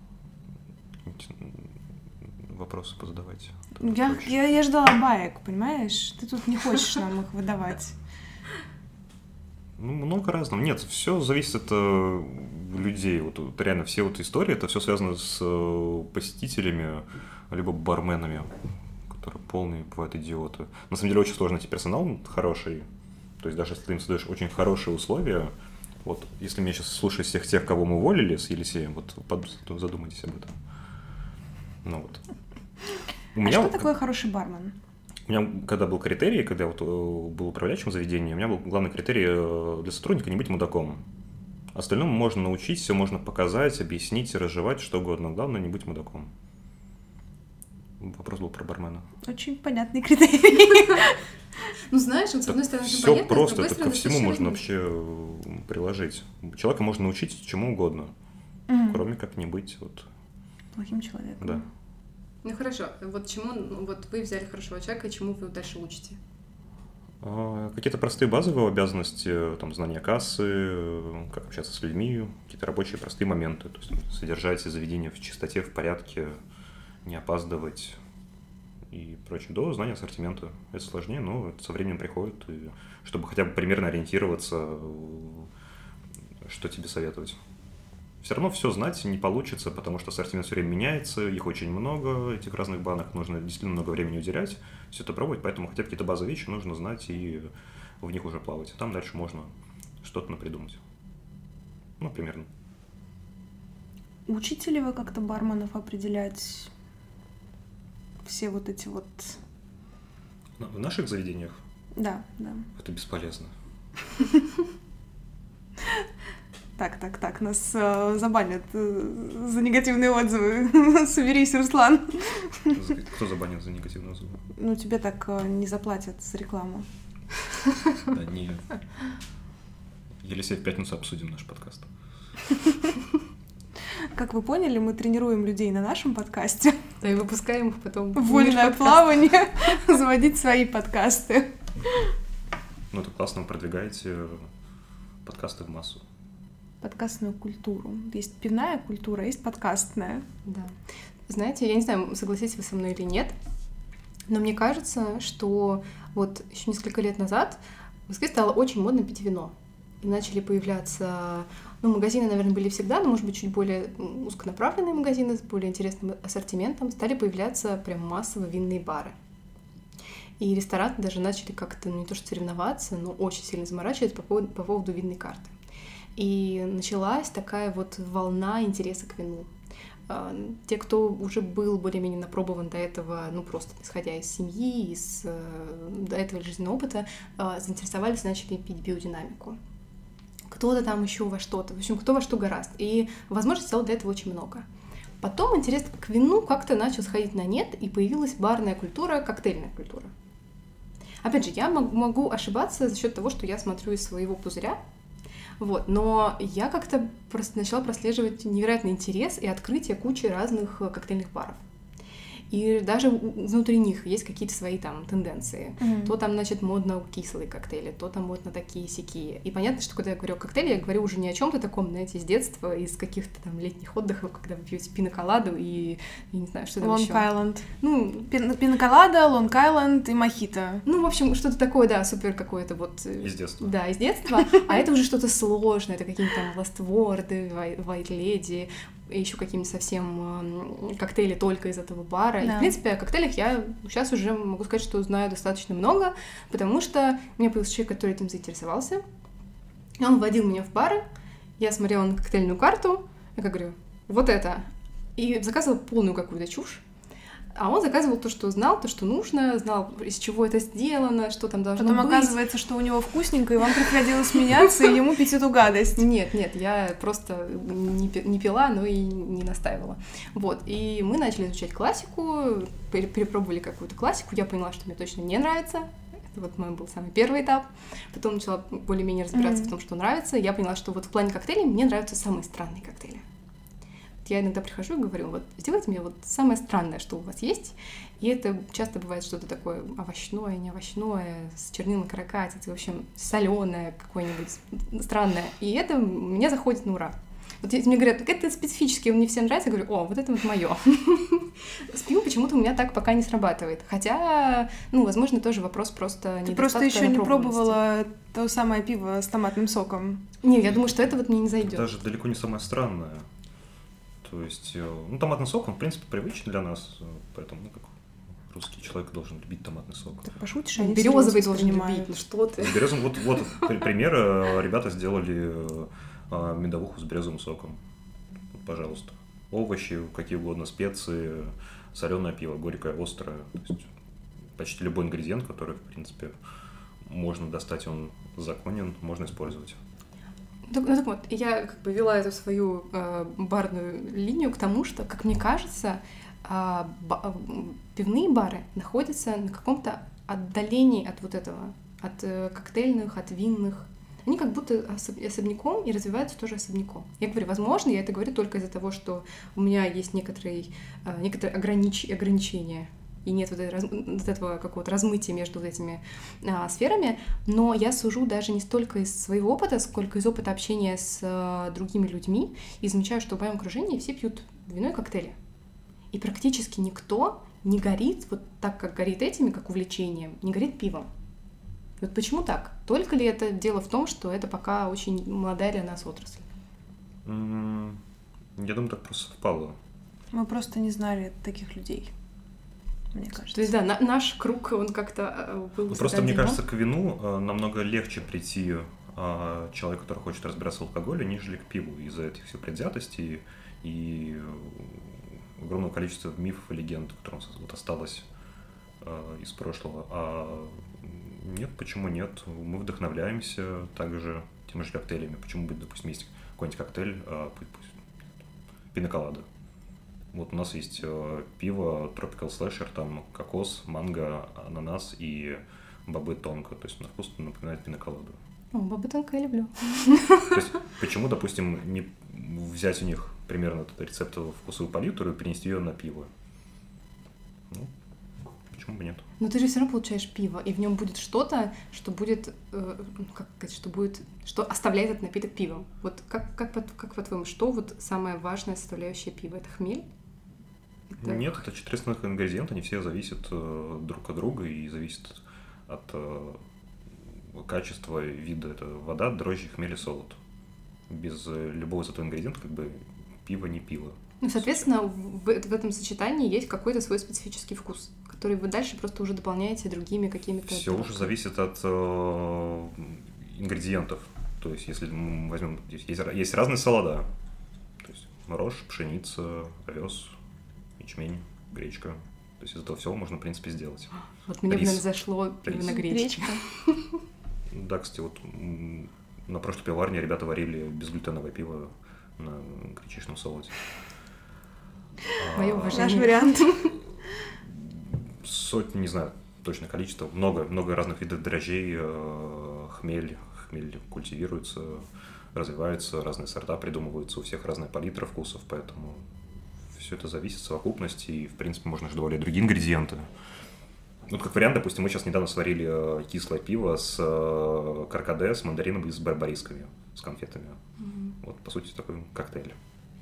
Вопросы позадавайте. Я ждала баек, понимаешь? Ты тут не хочешь нам их выдавать. Ну, много разного. Нет, все зависит от людей. Вот реально все вот истории, это все связано с посетителями, либо барменами, которые полные бывают идиоты. На самом деле очень сложно найти персонал хороший. То есть даже если ты им создаешь очень хорошие условия, вот если меня сейчас слушать всех тех, кого мы уволили с Елисеем, вот задумайтесь об этом. Ну вот. Что такое хороший бармен? У меня, когда был критерий, когда я вот был управляющим заведения, у меня был главный критерий для сотрудника не быть мудаком. Остальному можно научить, все можно показать, объяснить, разжевать, что угодно. Главное, не быть мудаком. Вопрос был про бармена. Очень понятный критерий. Ну, знаешь, с одной стороны, все просто, это ко всему можно вообще приложить. Человека можно научить чему угодно, кроме как не быть вот плохим человеком. Да. Ну хорошо, вот чему, вот вы взяли хорошего человека, и чему вы дальше учите? Какие-то простые базовые обязанности, там, знание кассы, как общаться с людьми, какие-то рабочие простые моменты, то есть содержать заведение в чистоте, в порядке, не опаздывать и прочее. До знания ассортимента. Это сложнее, но это со временем приходит, и чтобы хотя бы примерно ориентироваться, что тебе советовать. Все равно все знать не получится, потому что ассортимент все время меняется, их очень много, этих разных банок, нужно действительно много времени уделять, все это пробовать, поэтому хотя бы какие-то базовые вещи нужно знать и в них уже плавать. Там дальше можно что-то напридумать. Ну, примерно. Учите ли вы как-то барменов определять все вот эти вот... В наших заведениях? Да. Это бесполезно. Так, нас забанят за негативные отзывы. Соберись, Руслан. Кто забанит за негативные отзывы? Ну, тебе так не заплатят за рекламу. Да нет. Елисей, в пятницу обсудим наш подкаст. Как вы поняли, мы тренируем людей на нашем подкасте. Да, и выпускаем их потом. Вольное плавание, заводить свои подкасты. Ну, это классно, вы продвигаете подкасты в массу. Подкастную культуру. Есть пивная культура, есть подкастная. Да. Знаете, я не знаю, согласитесь вы со мной или нет, но мне кажется, что вот еще несколько лет назад в Москве стало очень модно пить вино. И начали появляться... Ну, магазины, наверное, были всегда, но, может быть, чуть более узконаправленные магазины с более интересным ассортиментом. Стали появляться прям массово винные бары. И рестораны даже начали как-то, ну, не то что соревноваться, но очень сильно заморачиваться по поводу винной карты. И началась такая вот волна интереса к вину. Те, кто уже был более-менее напробован до этого, ну, просто исходя из семьи, до этого жизненного опыта, заинтересовались, начали пить биодинамику. Кто-то там еще во что-то, в общем, кто во что гораст. И возможностей стало для этого очень много. Потом интерес к вину как-то начал сходить на нет, и появилась барная культура, коктейльная культура. Опять же, я могу ошибаться за счет того, что я смотрю из своего пузыря, вот, но я как-то просто начала прослеживать невероятный интерес и открытие кучи разных коктейльных баров. И даже внутри них есть какие-то свои там тенденции. То там, значит, модно кислые коктейли, то там модно такие-сякие. И понятно, что когда я говорю о коктейле, я говорю уже не о чем-то таком, знаете, из детства, из каких-то там летних отдыхов, когда вы пьете пино-коладу и я не знаю, что там еще. Лонг-айленд. Ну, пино-колада, лонг-айленд и мохито. Ну, в общем, что-то такое, да, супер какое-то вот... Из детства. Да, из детства. А это уже что-то сложное, это какие-то там ластворды, white lady, и еще какие-нибудь совсем коктейли только из этого бара. Да. И, в принципе, о коктейлях я сейчас уже могу сказать, что знаю достаточно много, потому что у меня появился человек, который этим заинтересовался. Он вводил меня в бары, я смотрела на коктейльную карту, я как говорю, вот это. И заказывала полную какую-то чушь. А он заказывал то, что знал, то, что нужно, знал, из чего это сделано, что там должно быть. Потом оказывается, что у него вкусненько, и вам приходилось меняться, и ему пить эту гадость. Нет, я просто не пила, но и не настаивала. Вот, и мы начали изучать классику, перепробовали какую-то классику, я поняла, что мне точно не нравится. Это вот мой был самый первый этап. Потом начала более-менее разбираться в том, что нравится. Я поняла, что вот в плане коктейлей мне нравятся самые странные коктейли. Я иногда прихожу и говорю, вот сделайте мне вот самое странное, что у вас есть. И это часто бывает что-то такое овощное, не овощное, с чернилами каракатицы, в общем, соленое какое-нибудь странное. И это мне заходит на ура. Вот мне говорят, это специфически, мне всем нравится, я говорю, о, вот это вот мое. С пивом почему-то у меня так пока не срабатывает. Хотя, ну, возможно, тоже вопрос просто недостатка. Ты просто еще не пробовала То самое пиво с томатным соком. Не, я думаю, что это вот мне не зайдет. Даже далеко не самое странное. То есть, ну, томатный сок, он, в принципе, привычный для нас, поэтому, ну, как русский человек должен любить томатный сок. Так пошутишь, они Березовый серьезно должен воспринимают. любить, ну что ты. Вот пример, ребята сделали медовуху с березовым соком. Пожалуйста. Овощи, какие угодно, специи, соленое пиво, горькое, острое. То есть почти любой ингредиент, который, в принципе, можно достать, он законен, можно использовать. Ну так вот, я как бы вела эту свою барную линию к тому, что, как мне кажется, пивные бары находятся на каком-то отдалении от вот этого, от коктейльных, от винных. Они как будто особняком и развиваются тоже особняком. Я говорю, возможно, я это говорю только из-за того, что у меня есть некоторые ограничения, и нет вот этого какого-то размытия между вот этими сферами, но я сужу даже не столько из своего опыта, сколько из опыта общения с другими людьми, и замечаю, что в моем окружении все пьют вино и коктейли. И практически никто не горит вот так, как горит этими, как увлечением, не горит пивом. Вот почему так? Только ли это дело в том, что это пока очень молодая для нас отрасль? Я думаю, так просто совпало. Мы просто не знали таких людей, мне кажется. То есть, да, наш круг, он как-то был... Просто, мне кажется, к вину намного легче прийти человеку, который хочет разбираться в алкоголе, нежели к пиву из-за этих всех предвзятостей и огромного количества мифов и легенд, которые вот осталось из прошлого. А нет, почему нет? Мы вдохновляемся также теми же коктейлями. Почему бы, допустим, есть какой-нибудь коктейль, пина-колада. Вот у нас есть пиво Tropical Slasher, там кокос, манго, ананас и бобы тонко. То есть на вкус напоминает пина-коладу. О, бобы тонко я люблю. То есть почему, допустим, не взять у них примерно этот рецепт вкусовую палитру и перенести ее на пиво? Ну, почему бы нет? Но ты же все равно получаешь пиво, и в нем будет что-то, что будет, как сказать, что оставляет этот напиток пивом. Вот как по-твоему, что вот самая важная составляющая пива? Это хмель? Нет, это 4 основных ингредиента, они все зависят друг от друга и зависят от качества и вида. Это вода, дрожжи, хмель и солод. Без любого из этого ингредиента как бы пиво не пиво. Ну, соответственно, в этом сочетании есть какой-то свой специфический вкус, который вы дальше просто уже дополняете другими какими-то... Все уже зависит от ингредиентов. То есть, если мы возьмем... Есть разные солода. То есть, рожь, пшеница, овес, ячмень, гречка. То есть, из этого всего можно, в принципе, сделать. Вот мне, наверное, зашло именно гречка. Да, кстати, вот на прошлой пивоварне ребята варили безглютеновое пиво на гречишном солоде. Моё уважение. Наш вариант. Сотни, не знаю, точное количество. Много разных видов дрожжей, хмель культивируется, развивается, разные сорта придумываются, у всех разная палитра вкусов, поэтому все это зависит от совокупности, и, в принципе, можно же добавлять другие ингредиенты. Вот как вариант, допустим, мы сейчас недавно сварили кислое пиво с каркаде, с мандарином и с барбарисками, с конфетами. Вот, по сути, такой коктейль.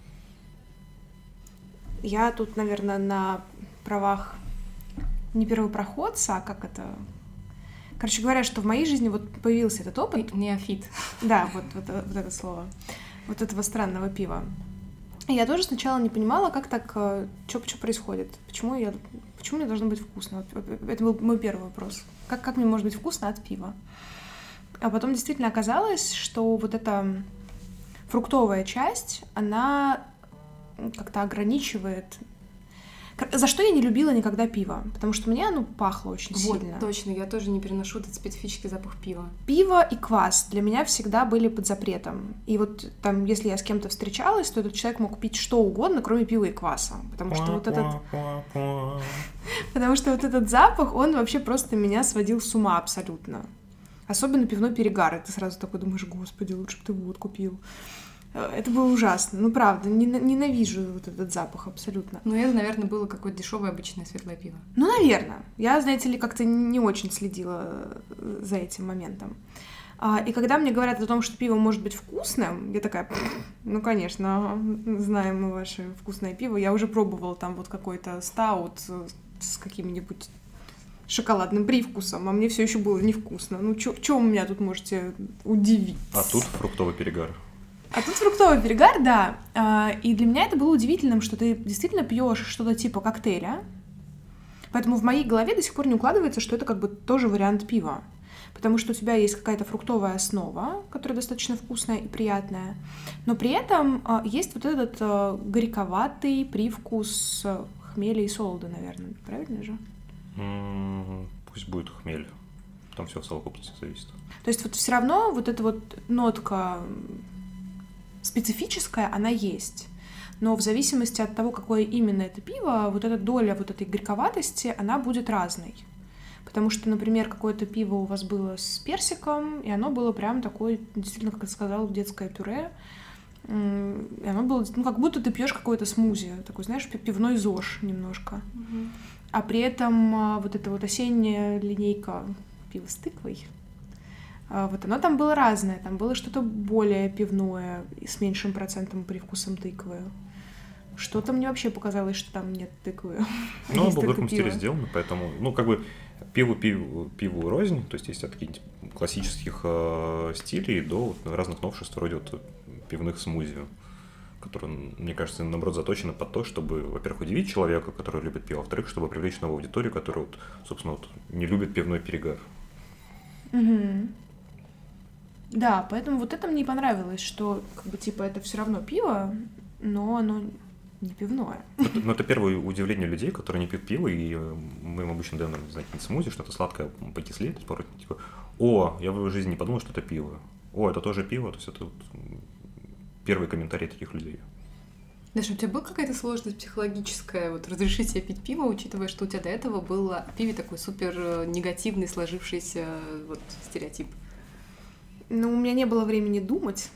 Я тут, наверное, на правах не первопроходца, а как это... Короче говоря, что в моей жизни вот появился этот опыт. Неофит. Да, вот это слово. Вот этого странного пива. И я тоже сначала не понимала, как так, что происходит. Почему мне должно быть вкусно? Это был мой первый вопрос. Как мне может быть вкусно от пива? А потом действительно оказалось, что вот эта фруктовая часть, она как-то ограничивает... За что я не любила никогда пиво? Потому что мне оно пахло очень сильно. Вот, точно, я тоже не переношу этот специфический запах пива. Пиво и квас для меня всегда были под запретом. И вот там, если я с кем-то встречалась, то этот человек мог пить что угодно, кроме пива и кваса. Потому что вот этот запах, он вообще просто меня сводил с ума абсолютно. Особенно пивной перегар. И ты сразу такой думаешь, господи, лучше бы ты водку пил. Это было ужасно. Ну, правда, ненавижу вот этот запах абсолютно. Ну, это, наверное, было какое-то дешевое обычное светлое пиво. Ну, наверное. Я, знаете ли, как-то не очень следила за этим моментом. И когда мне говорят о том, что пиво может быть вкусным, я такая, ну, конечно, знаем мы ваше вкусное пиво. Я уже пробовала там вот какой-то стаут с какими-нибудь шоколадным привкусом, а мне все еще было невкусно. Ну, чё вы меня тут можете удивить? А тут фруктовый перегар. А тут фруктовый перегар, да. И для меня это было удивительным, что ты действительно пьешь что-то типа коктейля. Поэтому в моей голове до сих пор не укладывается, что это как бы тоже вариант пива. Потому что у тебя есть какая-то фруктовая основа, которая достаточно вкусная и приятная, но при этом есть вот этот горьковатый привкус хмеля и солода, наверное. Правильно же? Пусть будет хмель. Там все в совокупности зависит. То есть вот все равно вот эта вот нотка специфическая, она есть. Но в зависимости от того, какое именно это пиво, вот эта доля вот этой горьковатости, она будет разной. Потому что, например, какое-то пиво у вас было с персиком, и оно было прям такое, действительно, как я сказала, детское пюре. И оно было, ну, как будто ты пьешь какое-то смузи, такой, знаешь, пивной ЗОЖ немножко. А при этом вот эта вот осенняя линейка пива с тыквой, вот оно там было разное. Там было что-то более пивное, с меньшим процентом привкусом тыквы. Что-то мне вообще показалось, что там нет тыквы. Ну, оно было в другом стиле сделано, поэтому, ну, как бы пиву рознь, то есть есть от каких-нибудь классических стилей до разных новшеств, вроде вот пивных смузи, которые, мне кажется, наоборот, заточены под то, чтобы, во-первых, удивить человека, который любит пиво, во-вторых, чтобы привлечь новую аудиторию, которая, вот, собственно, вот, не любит пивной перегар. Угу. Да, поэтому вот это мне понравилось, что, как бы, типа, это все равно пиво, но оно не пивное. Но это первое удивление людей, которые не пьют пиво, и мы им обычно даем, не знаю, смузи, что-то сладкое покислее, то есть, типа, о, я в жизни не подумал, что это пиво. О, это тоже пиво, то есть это вот первый комментарий таких людей. Даша, у тебя была какая-то сложность психологическая, вот разрешить себе пить пиво, учитывая, что у тебя до этого был о пиве такой супер негативный сложившийся вот стереотип? Ну, у меня не было времени думать.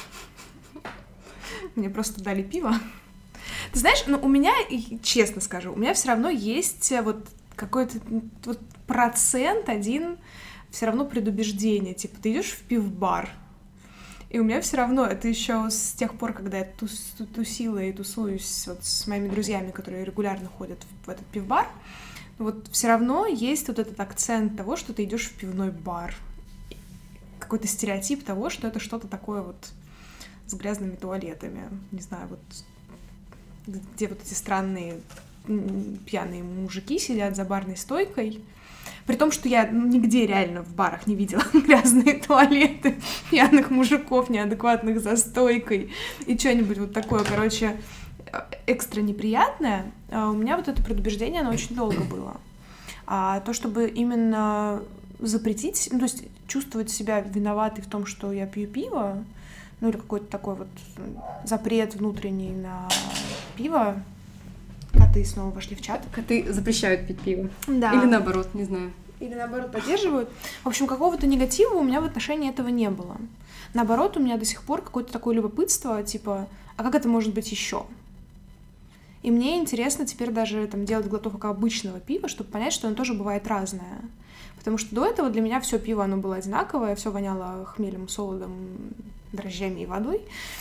Мне просто дали пиво. Ты знаешь, ну, у меня, честно скажу, у меня все равно есть вот какой-то вот процент один все равно предубеждения. Типа, ты идешь в пивбар, и у меня все равно, это еще с тех пор, когда я тусила и тусуюсь вот с моими друзьями, которые регулярно ходят в этот пивбар, вот все равно есть вот этот акцент того, что ты идешь в пивной бар. Какой-то стереотип того, что это что-то такое вот с грязными туалетами. Не знаю, вот где вот эти странные пьяные мужики сидят за барной стойкой. При том, что я нигде реально в барах не видела грязные туалеты, пьяных мужиков, неадекватных за стойкой и что-нибудь вот такое, короче, экстра неприятное. А у меня вот это предубеждение, оно очень долго было. А то, чтобы именно запретить, ну, то есть чувствовать себя виноватой в том, что я пью пиво, ну или какой-то такой вот запрет внутренний на пиво. Коты снова вошли в чат. Коты запрещают пить пиво. Да. Или наоборот, не знаю. Или наоборот поддерживают. В общем, какого-то негатива у меня в отношении этого не было. Наоборот, у меня до сих пор какое-то такое любопытство, типа, а как это может быть еще? И мне интересно теперь даже там делать глоток обычного пива, чтобы понять, что оно тоже бывает разное. Потому что до этого для меня все пиво, оно было одинаковое, все воняло хмелем, солодом, дрожжами и водой.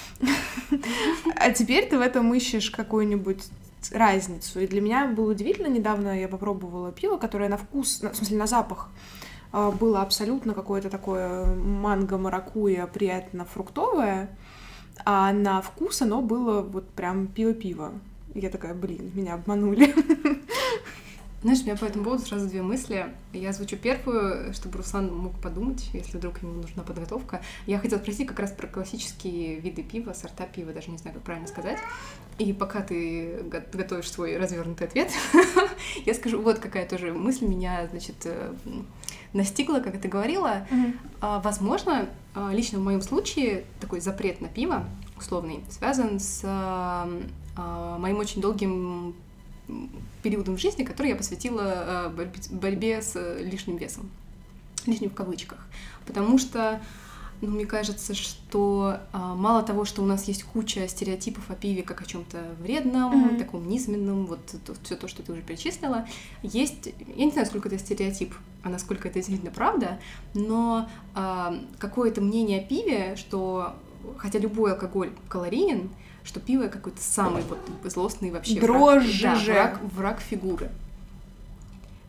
А теперь ты в этом ищешь какую-нибудь разницу. И для меня было удивительно, недавно я попробовала пиво, которое на вкус, в смысле на запах, было абсолютно какое-то такое манго-маракуйя, приятно фруктовое, а на вкус оно было вот прям пиво-пиво. И я такая, блин, меня обманули. Знаешь, у меня по этому поводу сразу две мысли. Я озвучу первую, чтобы Руслан мог подумать, если вдруг ему нужна подготовка. Я хотела спросить как раз про классические виды пива, сорта пива, даже не знаю, как правильно сказать. И пока ты готовишь свой развернутый ответ, я скажу, вот какая тоже мысль меня, значит, настигла, как ты говорила. Возможно, лично в моем случае такой запрет на пиво, условный, связан с моим очень долгим периодом в жизни, который я посвятила борьбе с лишним весом. Лишним в кавычках. Потому что, ну, мне кажется, что мало того, что у нас есть куча стереотипов о пиве как о чем-то вредном, таком низменном, вот все то, что ты уже перечислила, есть, я не знаю, сколько это стереотип, а насколько это действительно правда, но какое-то мнение о пиве, что, хотя любой алкоголь калорийен, что пиво какой-то самый вот злостный вообще дрожжи враг фигуры.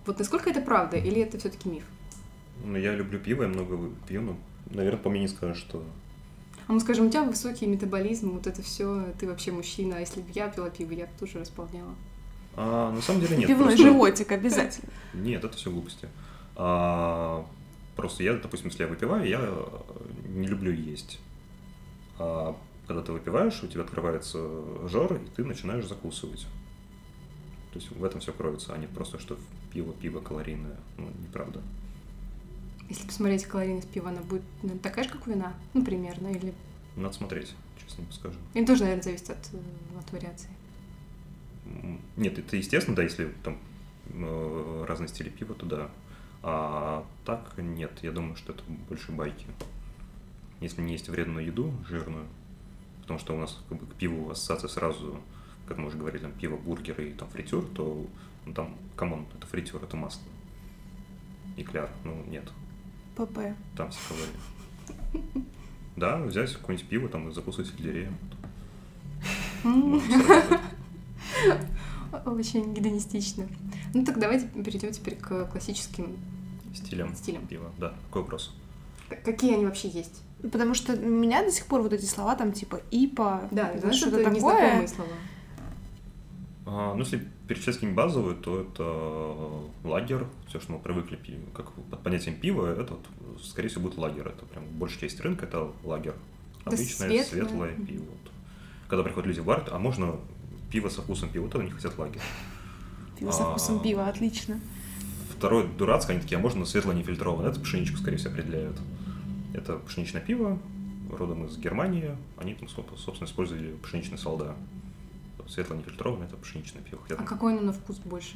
Вот насколько это правда, или это все-таки миф? Ну, я люблю пиво, я много пью, но, наверное, по мне не скажешь, что... А мы скажем, у тебя высокий метаболизм, вот это все, ты вообще мужчина, а если бы я пила пиво, я бы тоже располняла. На самом деле нет. Пивной просто... животик обязательно. Нет, это все глупости. Просто я, допустим, если я выпиваю, я не люблю есть. А когда ты выпиваешь, у тебя открывается жар, и ты начинаешь закусывать. То есть в этом все кроется, а не просто, что пиво калорийное. Ну, неправда. Если посмотреть калорийность пива, она будет такая же, как у вина? Ну, примерно, или... Надо смотреть, честно не скажу. И тоже, наверное, зависит от вариации. Нет, это естественно, да, если там разные стили пива, то да. А так нет, я думаю, что это больше байки. Если не есть вредную еду, жирную, потому что у нас как бы, к пиву ассоциация сразу, как мы уже говорили, там, пиво, бургеры и там фритюр, то ну, там, камон, это фритюр, это масло. И кляр, ну нет. ПП. Там все калории. Да, взять какое-нибудь пиво там и закусывать сельдереем. Очень гедонистично. Ну так давайте перейдем теперь к классическим стилям пива. Да, какой вопрос? Какие они вообще есть? Потому что у меня до сих пор вот эти слова там типа ИПА, да, что-то это такое. Незнакомые слова. Ну, если перечислять какие-нибудь базовые, то это лагер, все, что мы привыкли как под понятием пива, это, вот, скорее всего, будет лагер. Это прям большая часть рынка, это лагер. Обычное, светлое пиво. Вот. Когда приходят люди в бар, а можно пиво со вкусом пива, вот они хотят лагер. Пиво со вкусом пива, отлично. Второе дурацкое, они такие, а можно светло нефильтрованное. Это пшеничку, скорее всего, определяют. Это пшеничное пиво, родом из Германии. Они там, собственно, использовали пшеничные солда. Светло нефильтрованное — это пшеничное пиво. А какой оно на вкус больше?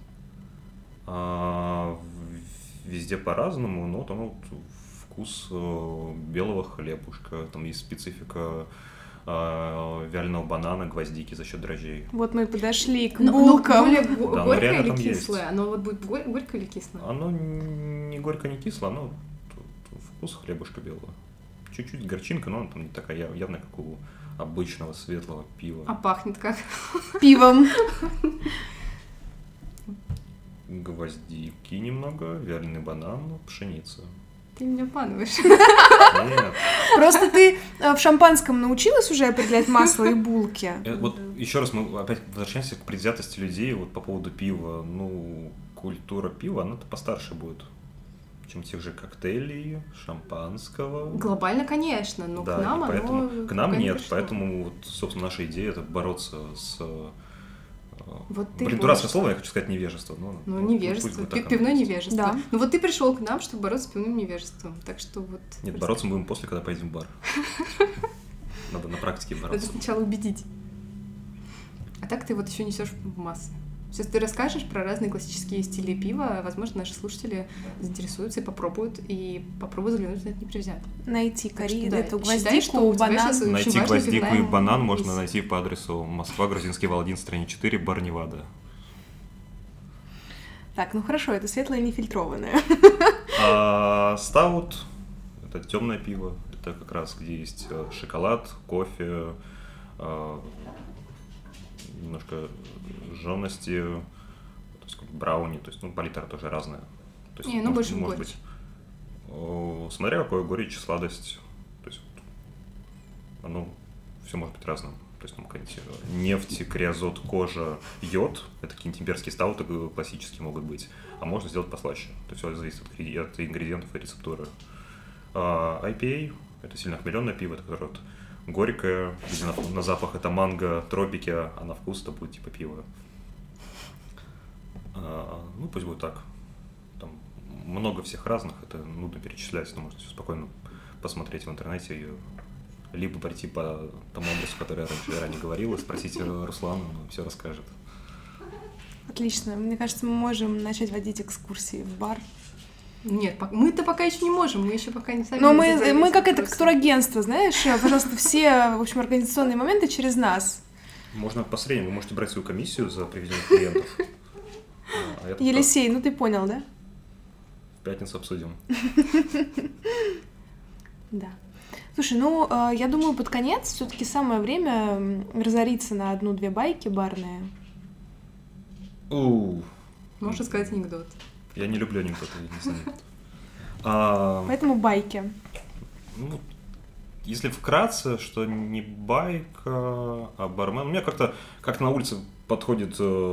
Вот? Везде по-разному, но там вот вкус белого хлебушка, там есть специфика вяленого банана, гвоздики за счет дрожжей. Вот мы и подошли к булкам. Более да, горькое или кислое? Есть. Оно вот будет горькое или кислое? Оно не горько, не кисло, оно вкус хлебушка белого. Чуть-чуть горчинка, но она там не такая явная, как у обычного светлого пива. А пахнет как? Пивом. Гвоздики немного, вяленый банан, пшеница. Ты меня обманываешь. Нет. Просто ты в шампанском научилась уже определять масло и булки? Вот еще раз мы опять возвращаемся к предвзятости людей вот по поводу пива. Ну, культура пива, она-то постарше будет, чем тех же коктейлей, шампанского. Глобально, конечно, но да, к нам к нам нет, пришло. поэтому вот, собственно, наша идея — это бороться с... Вот дурацкое слово, я хочу сказать невежество. Ну, невежество, пивное невежество. Да. Ну вот ты пришел к нам, чтобы бороться с пивным невежеством, так что вот... Нет, бороться мы будем после, когда поедем в бар. Надо на практике бороться. Надо сначала убедить. А так ты вот еще несешь в массы. Сейчас ты расскажешь про разные классические стили пива, возможно, наши слушатели заинтересуются и попробуют заглянуть на это непревзято. Найти эту считай, гвоздику, банан. Найти гвоздику и банан можно найти по адресу Москва, Грузинский вал 1, страница 4, бар Невада. Так, ну хорошо, это светлое нефильтрованное. Стаут — это темное пиво, это как раз где есть шоколад, кофе, немножко жжености, то есть брауни, то есть, ну, палитра тоже разная. То есть, больше может быть, смотря какое горечь, сладость, то есть оно все может быть разным. То есть там какая-нибудь нефть, криозот, кожа, йод, это какие-нибудь имперские стауты классические могут быть, а можно сделать послаще. То есть все зависит от ингредиентов и рецептуры. IPA — это сильно хмеленое пиво, это которое вот горькое, где на запах это манго, тропики, а на вкус это будет типа пиво. Ну, пусть будет так. Там много всех разных, это нудно перечислять, но можно все спокойно посмотреть в интернете и либо прийти по тому адресу, который я ранее говорил, и спросить Руслана, он все расскажет. Отлично. Мне кажется, мы можем начать водить экскурсии в бар. Нет, мы-то пока еще не можем, мы еще пока не сами. Но мы как это, как турагентство, знаешь, пожалуйста, все, в общем, организационные моменты через нас. Можно посреднее, вы можете брать свою комиссию за приведение клиентов. Елисей, ну ты понял, да? В пятницу обсудим. Да. Слушай, ну, я думаю, под конец все-таки самое время разориться на 1-2 байки барные. Можешь сказать анекдот. Я не люблю анекдоты, я не знаю. Поэтому байки. Ну, если вкратце, что не байка, а бармен. У меня как-то на улице подходит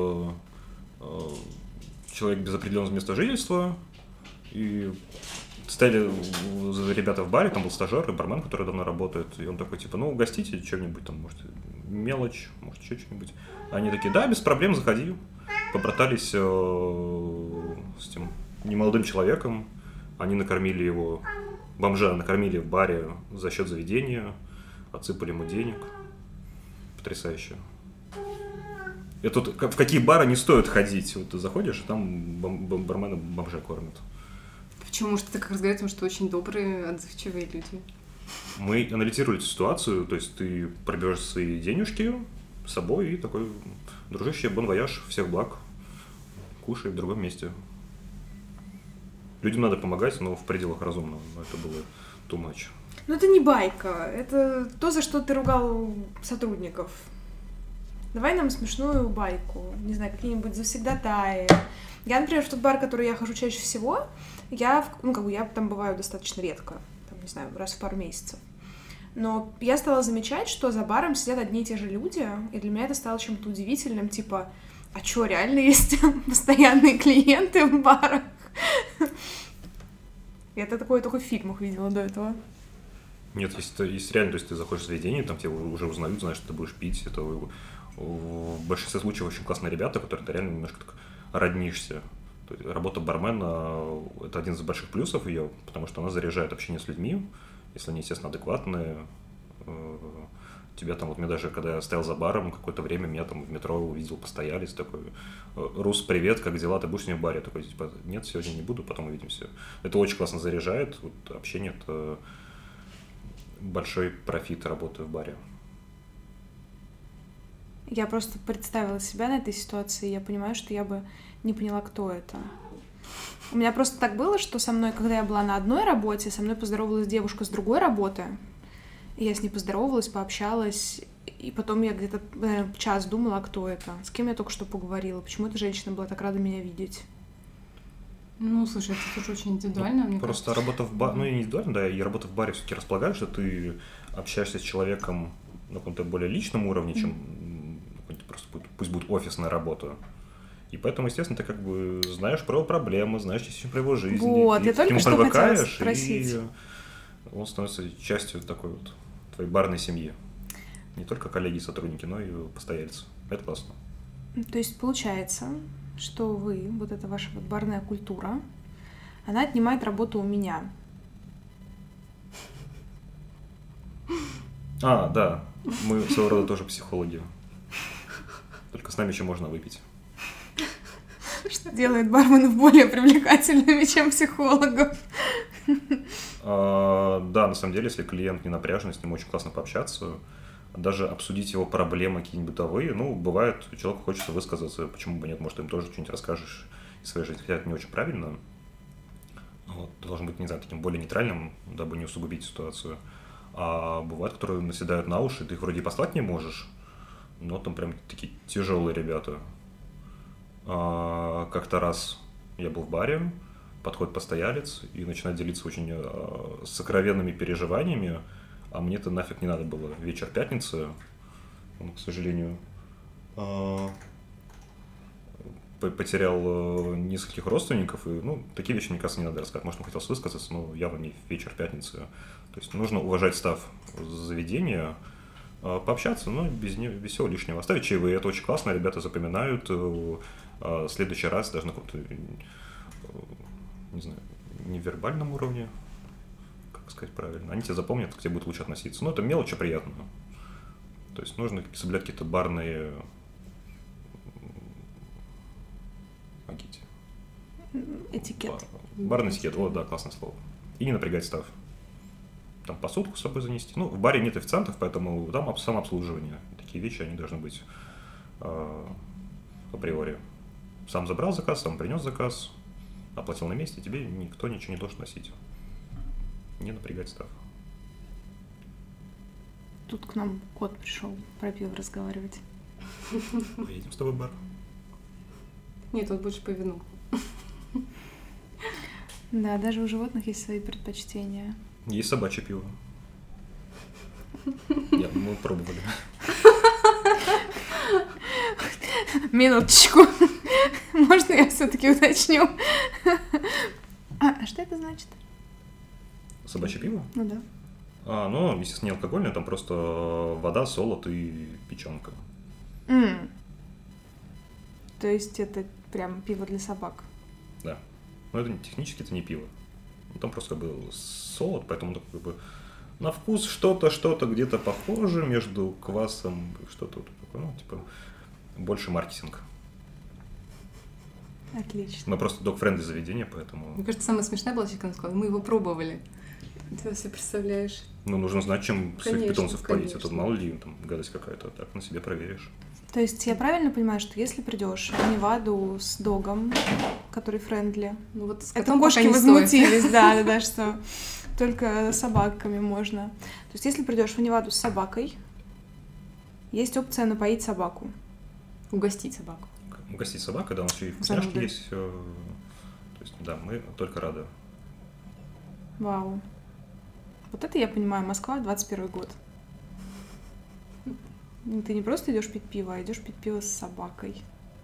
человек без определенного места жительства, и стояли ребята в баре, там был стажер и бармен, который давно работает, и он такой, типа, ну, угостите чем-нибудь, там, может, мелочь, может, еще что-нибудь. Они такие, да, без проблем, заходи. Побратались с тем немолодым человеком, они накормили его, бомжа накормили в баре за счет заведения, отсыпали ему денег. Потрясающе. И тут в какие бары не стоит ходить? Вот ты заходишь, и там бармены бомжа кормят. Почему? Что ты как разговариваешь, что очень добрые, отзывчивые люди. Мы анализировали эту ситуацию, то есть ты пробежишь свои денежки с собой и такой, дружище, бон вояж, всех благ, кушай в другом месте. Людям надо помогать, но в пределах разумного, но это было too much. Ну это не байка, это то, за что ты ругал сотрудников. Давай нам смешную байку, не знаю, какие-нибудь завсегдатаи. Я, например, в тот бар, в который я хожу чаще всего, я там бываю достаточно редко, там, не знаю, раз в пару месяцев. Но я стала замечать, что за баром сидят одни и те же люди, и для меня это стало чем-то удивительным, типа, а чё, реально есть постоянные клиенты в барах? Я такое только в фильмах видела до этого. Нет, есть реально, то есть ты заходишь в заведение, там тебя уже узнают, знаешь, что ты будешь пить, это в большинстве случаев очень классные ребята, которые ты реально немножко так роднишься. То есть работа бармена – это один из больших плюсов ее, потому что она заряжает общение с людьми, если они, естественно, адекватные. Тебя там, вот мне даже, когда я стоял за баром какое-то время, меня там в метро увидел, постоялец такой, Рус, привет, как дела, ты будешь с ним в баре? Я такой, типа, нет, сегодня не буду, потом увидимся. Это очень классно заряжает, вот общение – это большой профит работы в баре. Я просто представила себя на этой ситуации, и я понимаю, что я бы не поняла, кто это. У меня просто так было, что со мной, когда я была на одной работе, со мной поздоровалась девушка с другой работы, и я с ней поздоровалась, пообщалась, и потом я где-то, наверное, час думала, кто это, с кем я только что поговорила, почему эта женщина была так рада меня видеть. Ну, слушай, это тоже очень индивидуально, мне просто кажется. Работа в баре, ну, и не индивидуально, да, и работа в баре все-таки располагает, что ты общаешься с человеком на каком-то более личном уровне, чем просто пусть будет офисная работа. И поэтому, естественно, ты как бы знаешь про его проблемы, знаешь частично про его жизнь. Вот, и я только что хотела привыкаешь, спросить. и он становится частью такой вот твоей барной семьи. Не только коллеги, сотрудники, но и постояльцы. Это классно. То есть получается, что вы, вот эта ваша вот барная культура, она отнимает работу у меня. Да. Мы своего рода тоже психологи. Только с нами еще можно выпить. Что делает барменов более привлекательными, чем психологов. Да, на самом деле, если клиент не напряжен, с ним очень классно пообщаться, даже обсудить его проблемы какие-нибудь бытовые. Ну, бывает, человеку хочется высказаться, почему бы нет, может, им тоже что-нибудь расскажешь из своей жизни, хотя это не очень правильно. Вот, ты должен быть, не знаю, таким более нейтральным, дабы не усугубить ситуацию. А бывают, которые наседают на уши, ты их вроде и послать не можешь, но там прям такие тяжелые ребята. Как-то раз я был в баре, подходит постоялец и начинает делиться очень сокровенными переживаниями, а мне-то нафиг не надо было. Вечер пятницы, он, к сожалению, потерял нескольких родственников, и, такие вещи, мне кажется, не надо рассказывать. Может, он хотел высказаться, но явно не вечер пятницы. То есть нужно уважать став заведения, пообщаться, но без всего лишнего. Оставить чаевые, это очень классно, ребята запоминают. В следующий раз даже на каком-то, не знаю, невербальном уровне, как сказать правильно, они тебя запомнят, к тебе будут лучше относиться. Но это мелочь, а приятно. То есть нужно соблюдать какие-то барные Этикет. Барный этикет, вот, да, классное слово. И не напрягать став. Там посудку с собой занести. В баре нет официантов, поэтому там самообслуживание. Такие вещи, они должны быть априори. Сам забрал заказ, сам принес заказ, оплатил на месте, тебе никто ничего не должен носить. Не напрягать став. Тут к нам кот пришел про пиво разговаривать. Поедем с тобой в бар. Нет, тут больше по вину. Да, даже у животных есть свои предпочтения. Есть собачье пиво. Мы пробовали. Минуточку. Можно я все-таки уточню? А что это значит? Собачье пиво? Ну да. Ну, естественно, не алкогольное, там просто вода, солод и печенка. То есть это прям пиво для собак? Да. Но это технически это не пиво. Там просто как бы солод, поэтому как бы на вкус что-то где-то похоже между квасом и что-то такое, ну, типа, больше маркетинг. Отлично. Мы просто dog-friendly заведение, поэтому... Мне кажется, самая смешная была чика, она сказала, мы его пробовали. Ты себе представляешь? Ну, нужно знать, чем своих питомцев поить. Конечно. А тут мало ли, там, гадость какая-то, так на себе проверишь. То есть я правильно понимаю, что если придешь в Неваду с догом, который френдли, Ну вот с это котом кошки пока не возмутились, стоит. да, что только с собаками можно. То есть если придешь в Неваду с собакой, есть опция напоить собаку. Угостить собаку. Угостить собаку, да, у нас еще и вкусняшки Зануда. есть. То есть, да, мы только рады. Вау. Вот это я понимаю, Москва, 21 год. Ты не просто идешь пить пиво, а идешь пить пиво с собакой.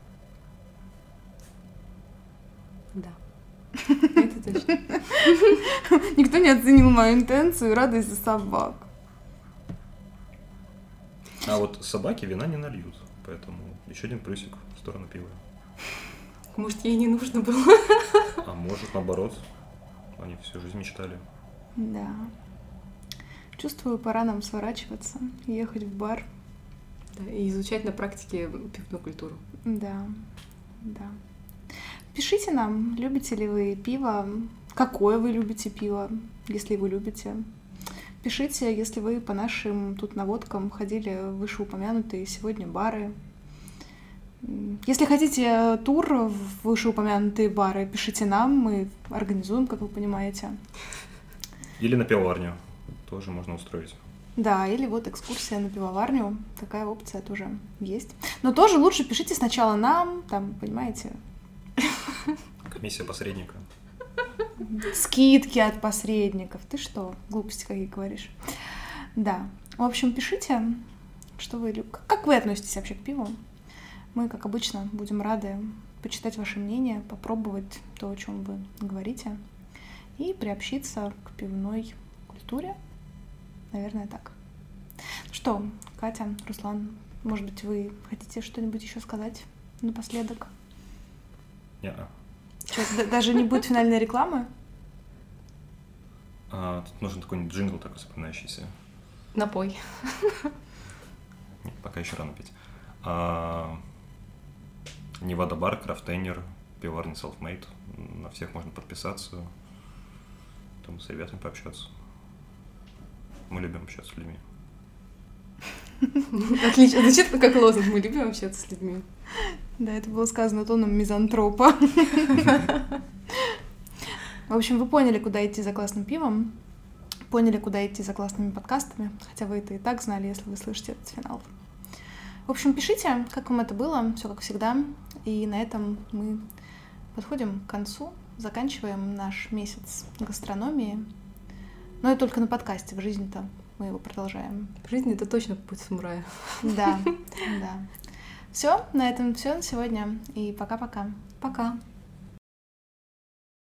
Да. Это точно. Никто не оценил мою интенцию и радость за собак. А вот собаки вина не нальют, поэтому еще один плюсик в сторону пива. Может, ей не нужно было? А может, наоборот, они всю жизнь мечтали. Да. Чувствую, пора нам сворачиваться, ехать в бар. Да, и изучать на практике пивную культуру. Да, да. Пишите нам, любите ли вы пиво, какое вы любите пиво, если вы любите. Пишите, если вы по нашим тут наводкам ходили в вышеупомянутые сегодня бары. Если хотите тур в вышеупомянутые бары, пишите нам, мы организуем, как вы понимаете. Или на пивоварню тоже можно устроить. Да, или вот экскурсия на пивоварню, такая опция тоже есть. Но тоже лучше пишите сначала нам, там, понимаете, Комиссия посредника. скидки от посредников. Ты что, глупости какие говоришь? Да. В общем, пишите, что вы, как вы относитесь вообще к пиву. Мы, как обычно, будем рады почитать ваше мнение, попробовать то, о чем вы говорите, и приобщиться к пивной культуре. Наверное, так. Что, Катя, Руслан, может быть, вы хотите что-нибудь еще сказать напоследок? Не-а. Что, даже не будет финальной рекламы? Тут нужен такой джингл такой запоминающийся. Напой. Нет, пока еще рано пить. Невада бар, крафтейнер, пивоварня Selfmade. На всех можно подписаться. Там с ребятами пообщаться. Мы любим общаться с людьми. Отлично. Звучит как лозунг. Мы любим общаться с людьми. Да, это было сказано тоном мизантропа. В общем, вы поняли, куда идти за классным пивом, поняли, куда идти за классными подкастами, хотя вы это и так знали, если вы слышите этот финал. В общем, пишите, как вам это было, все как всегда. И на этом мы подходим к концу, заканчиваем наш месяц гастрономии. Но это только на подкасте, в жизни-то мы его продолжаем. В жизни это точно путь самурая. Да, да. Все, на этом все на сегодня. И пока-пока. Пока.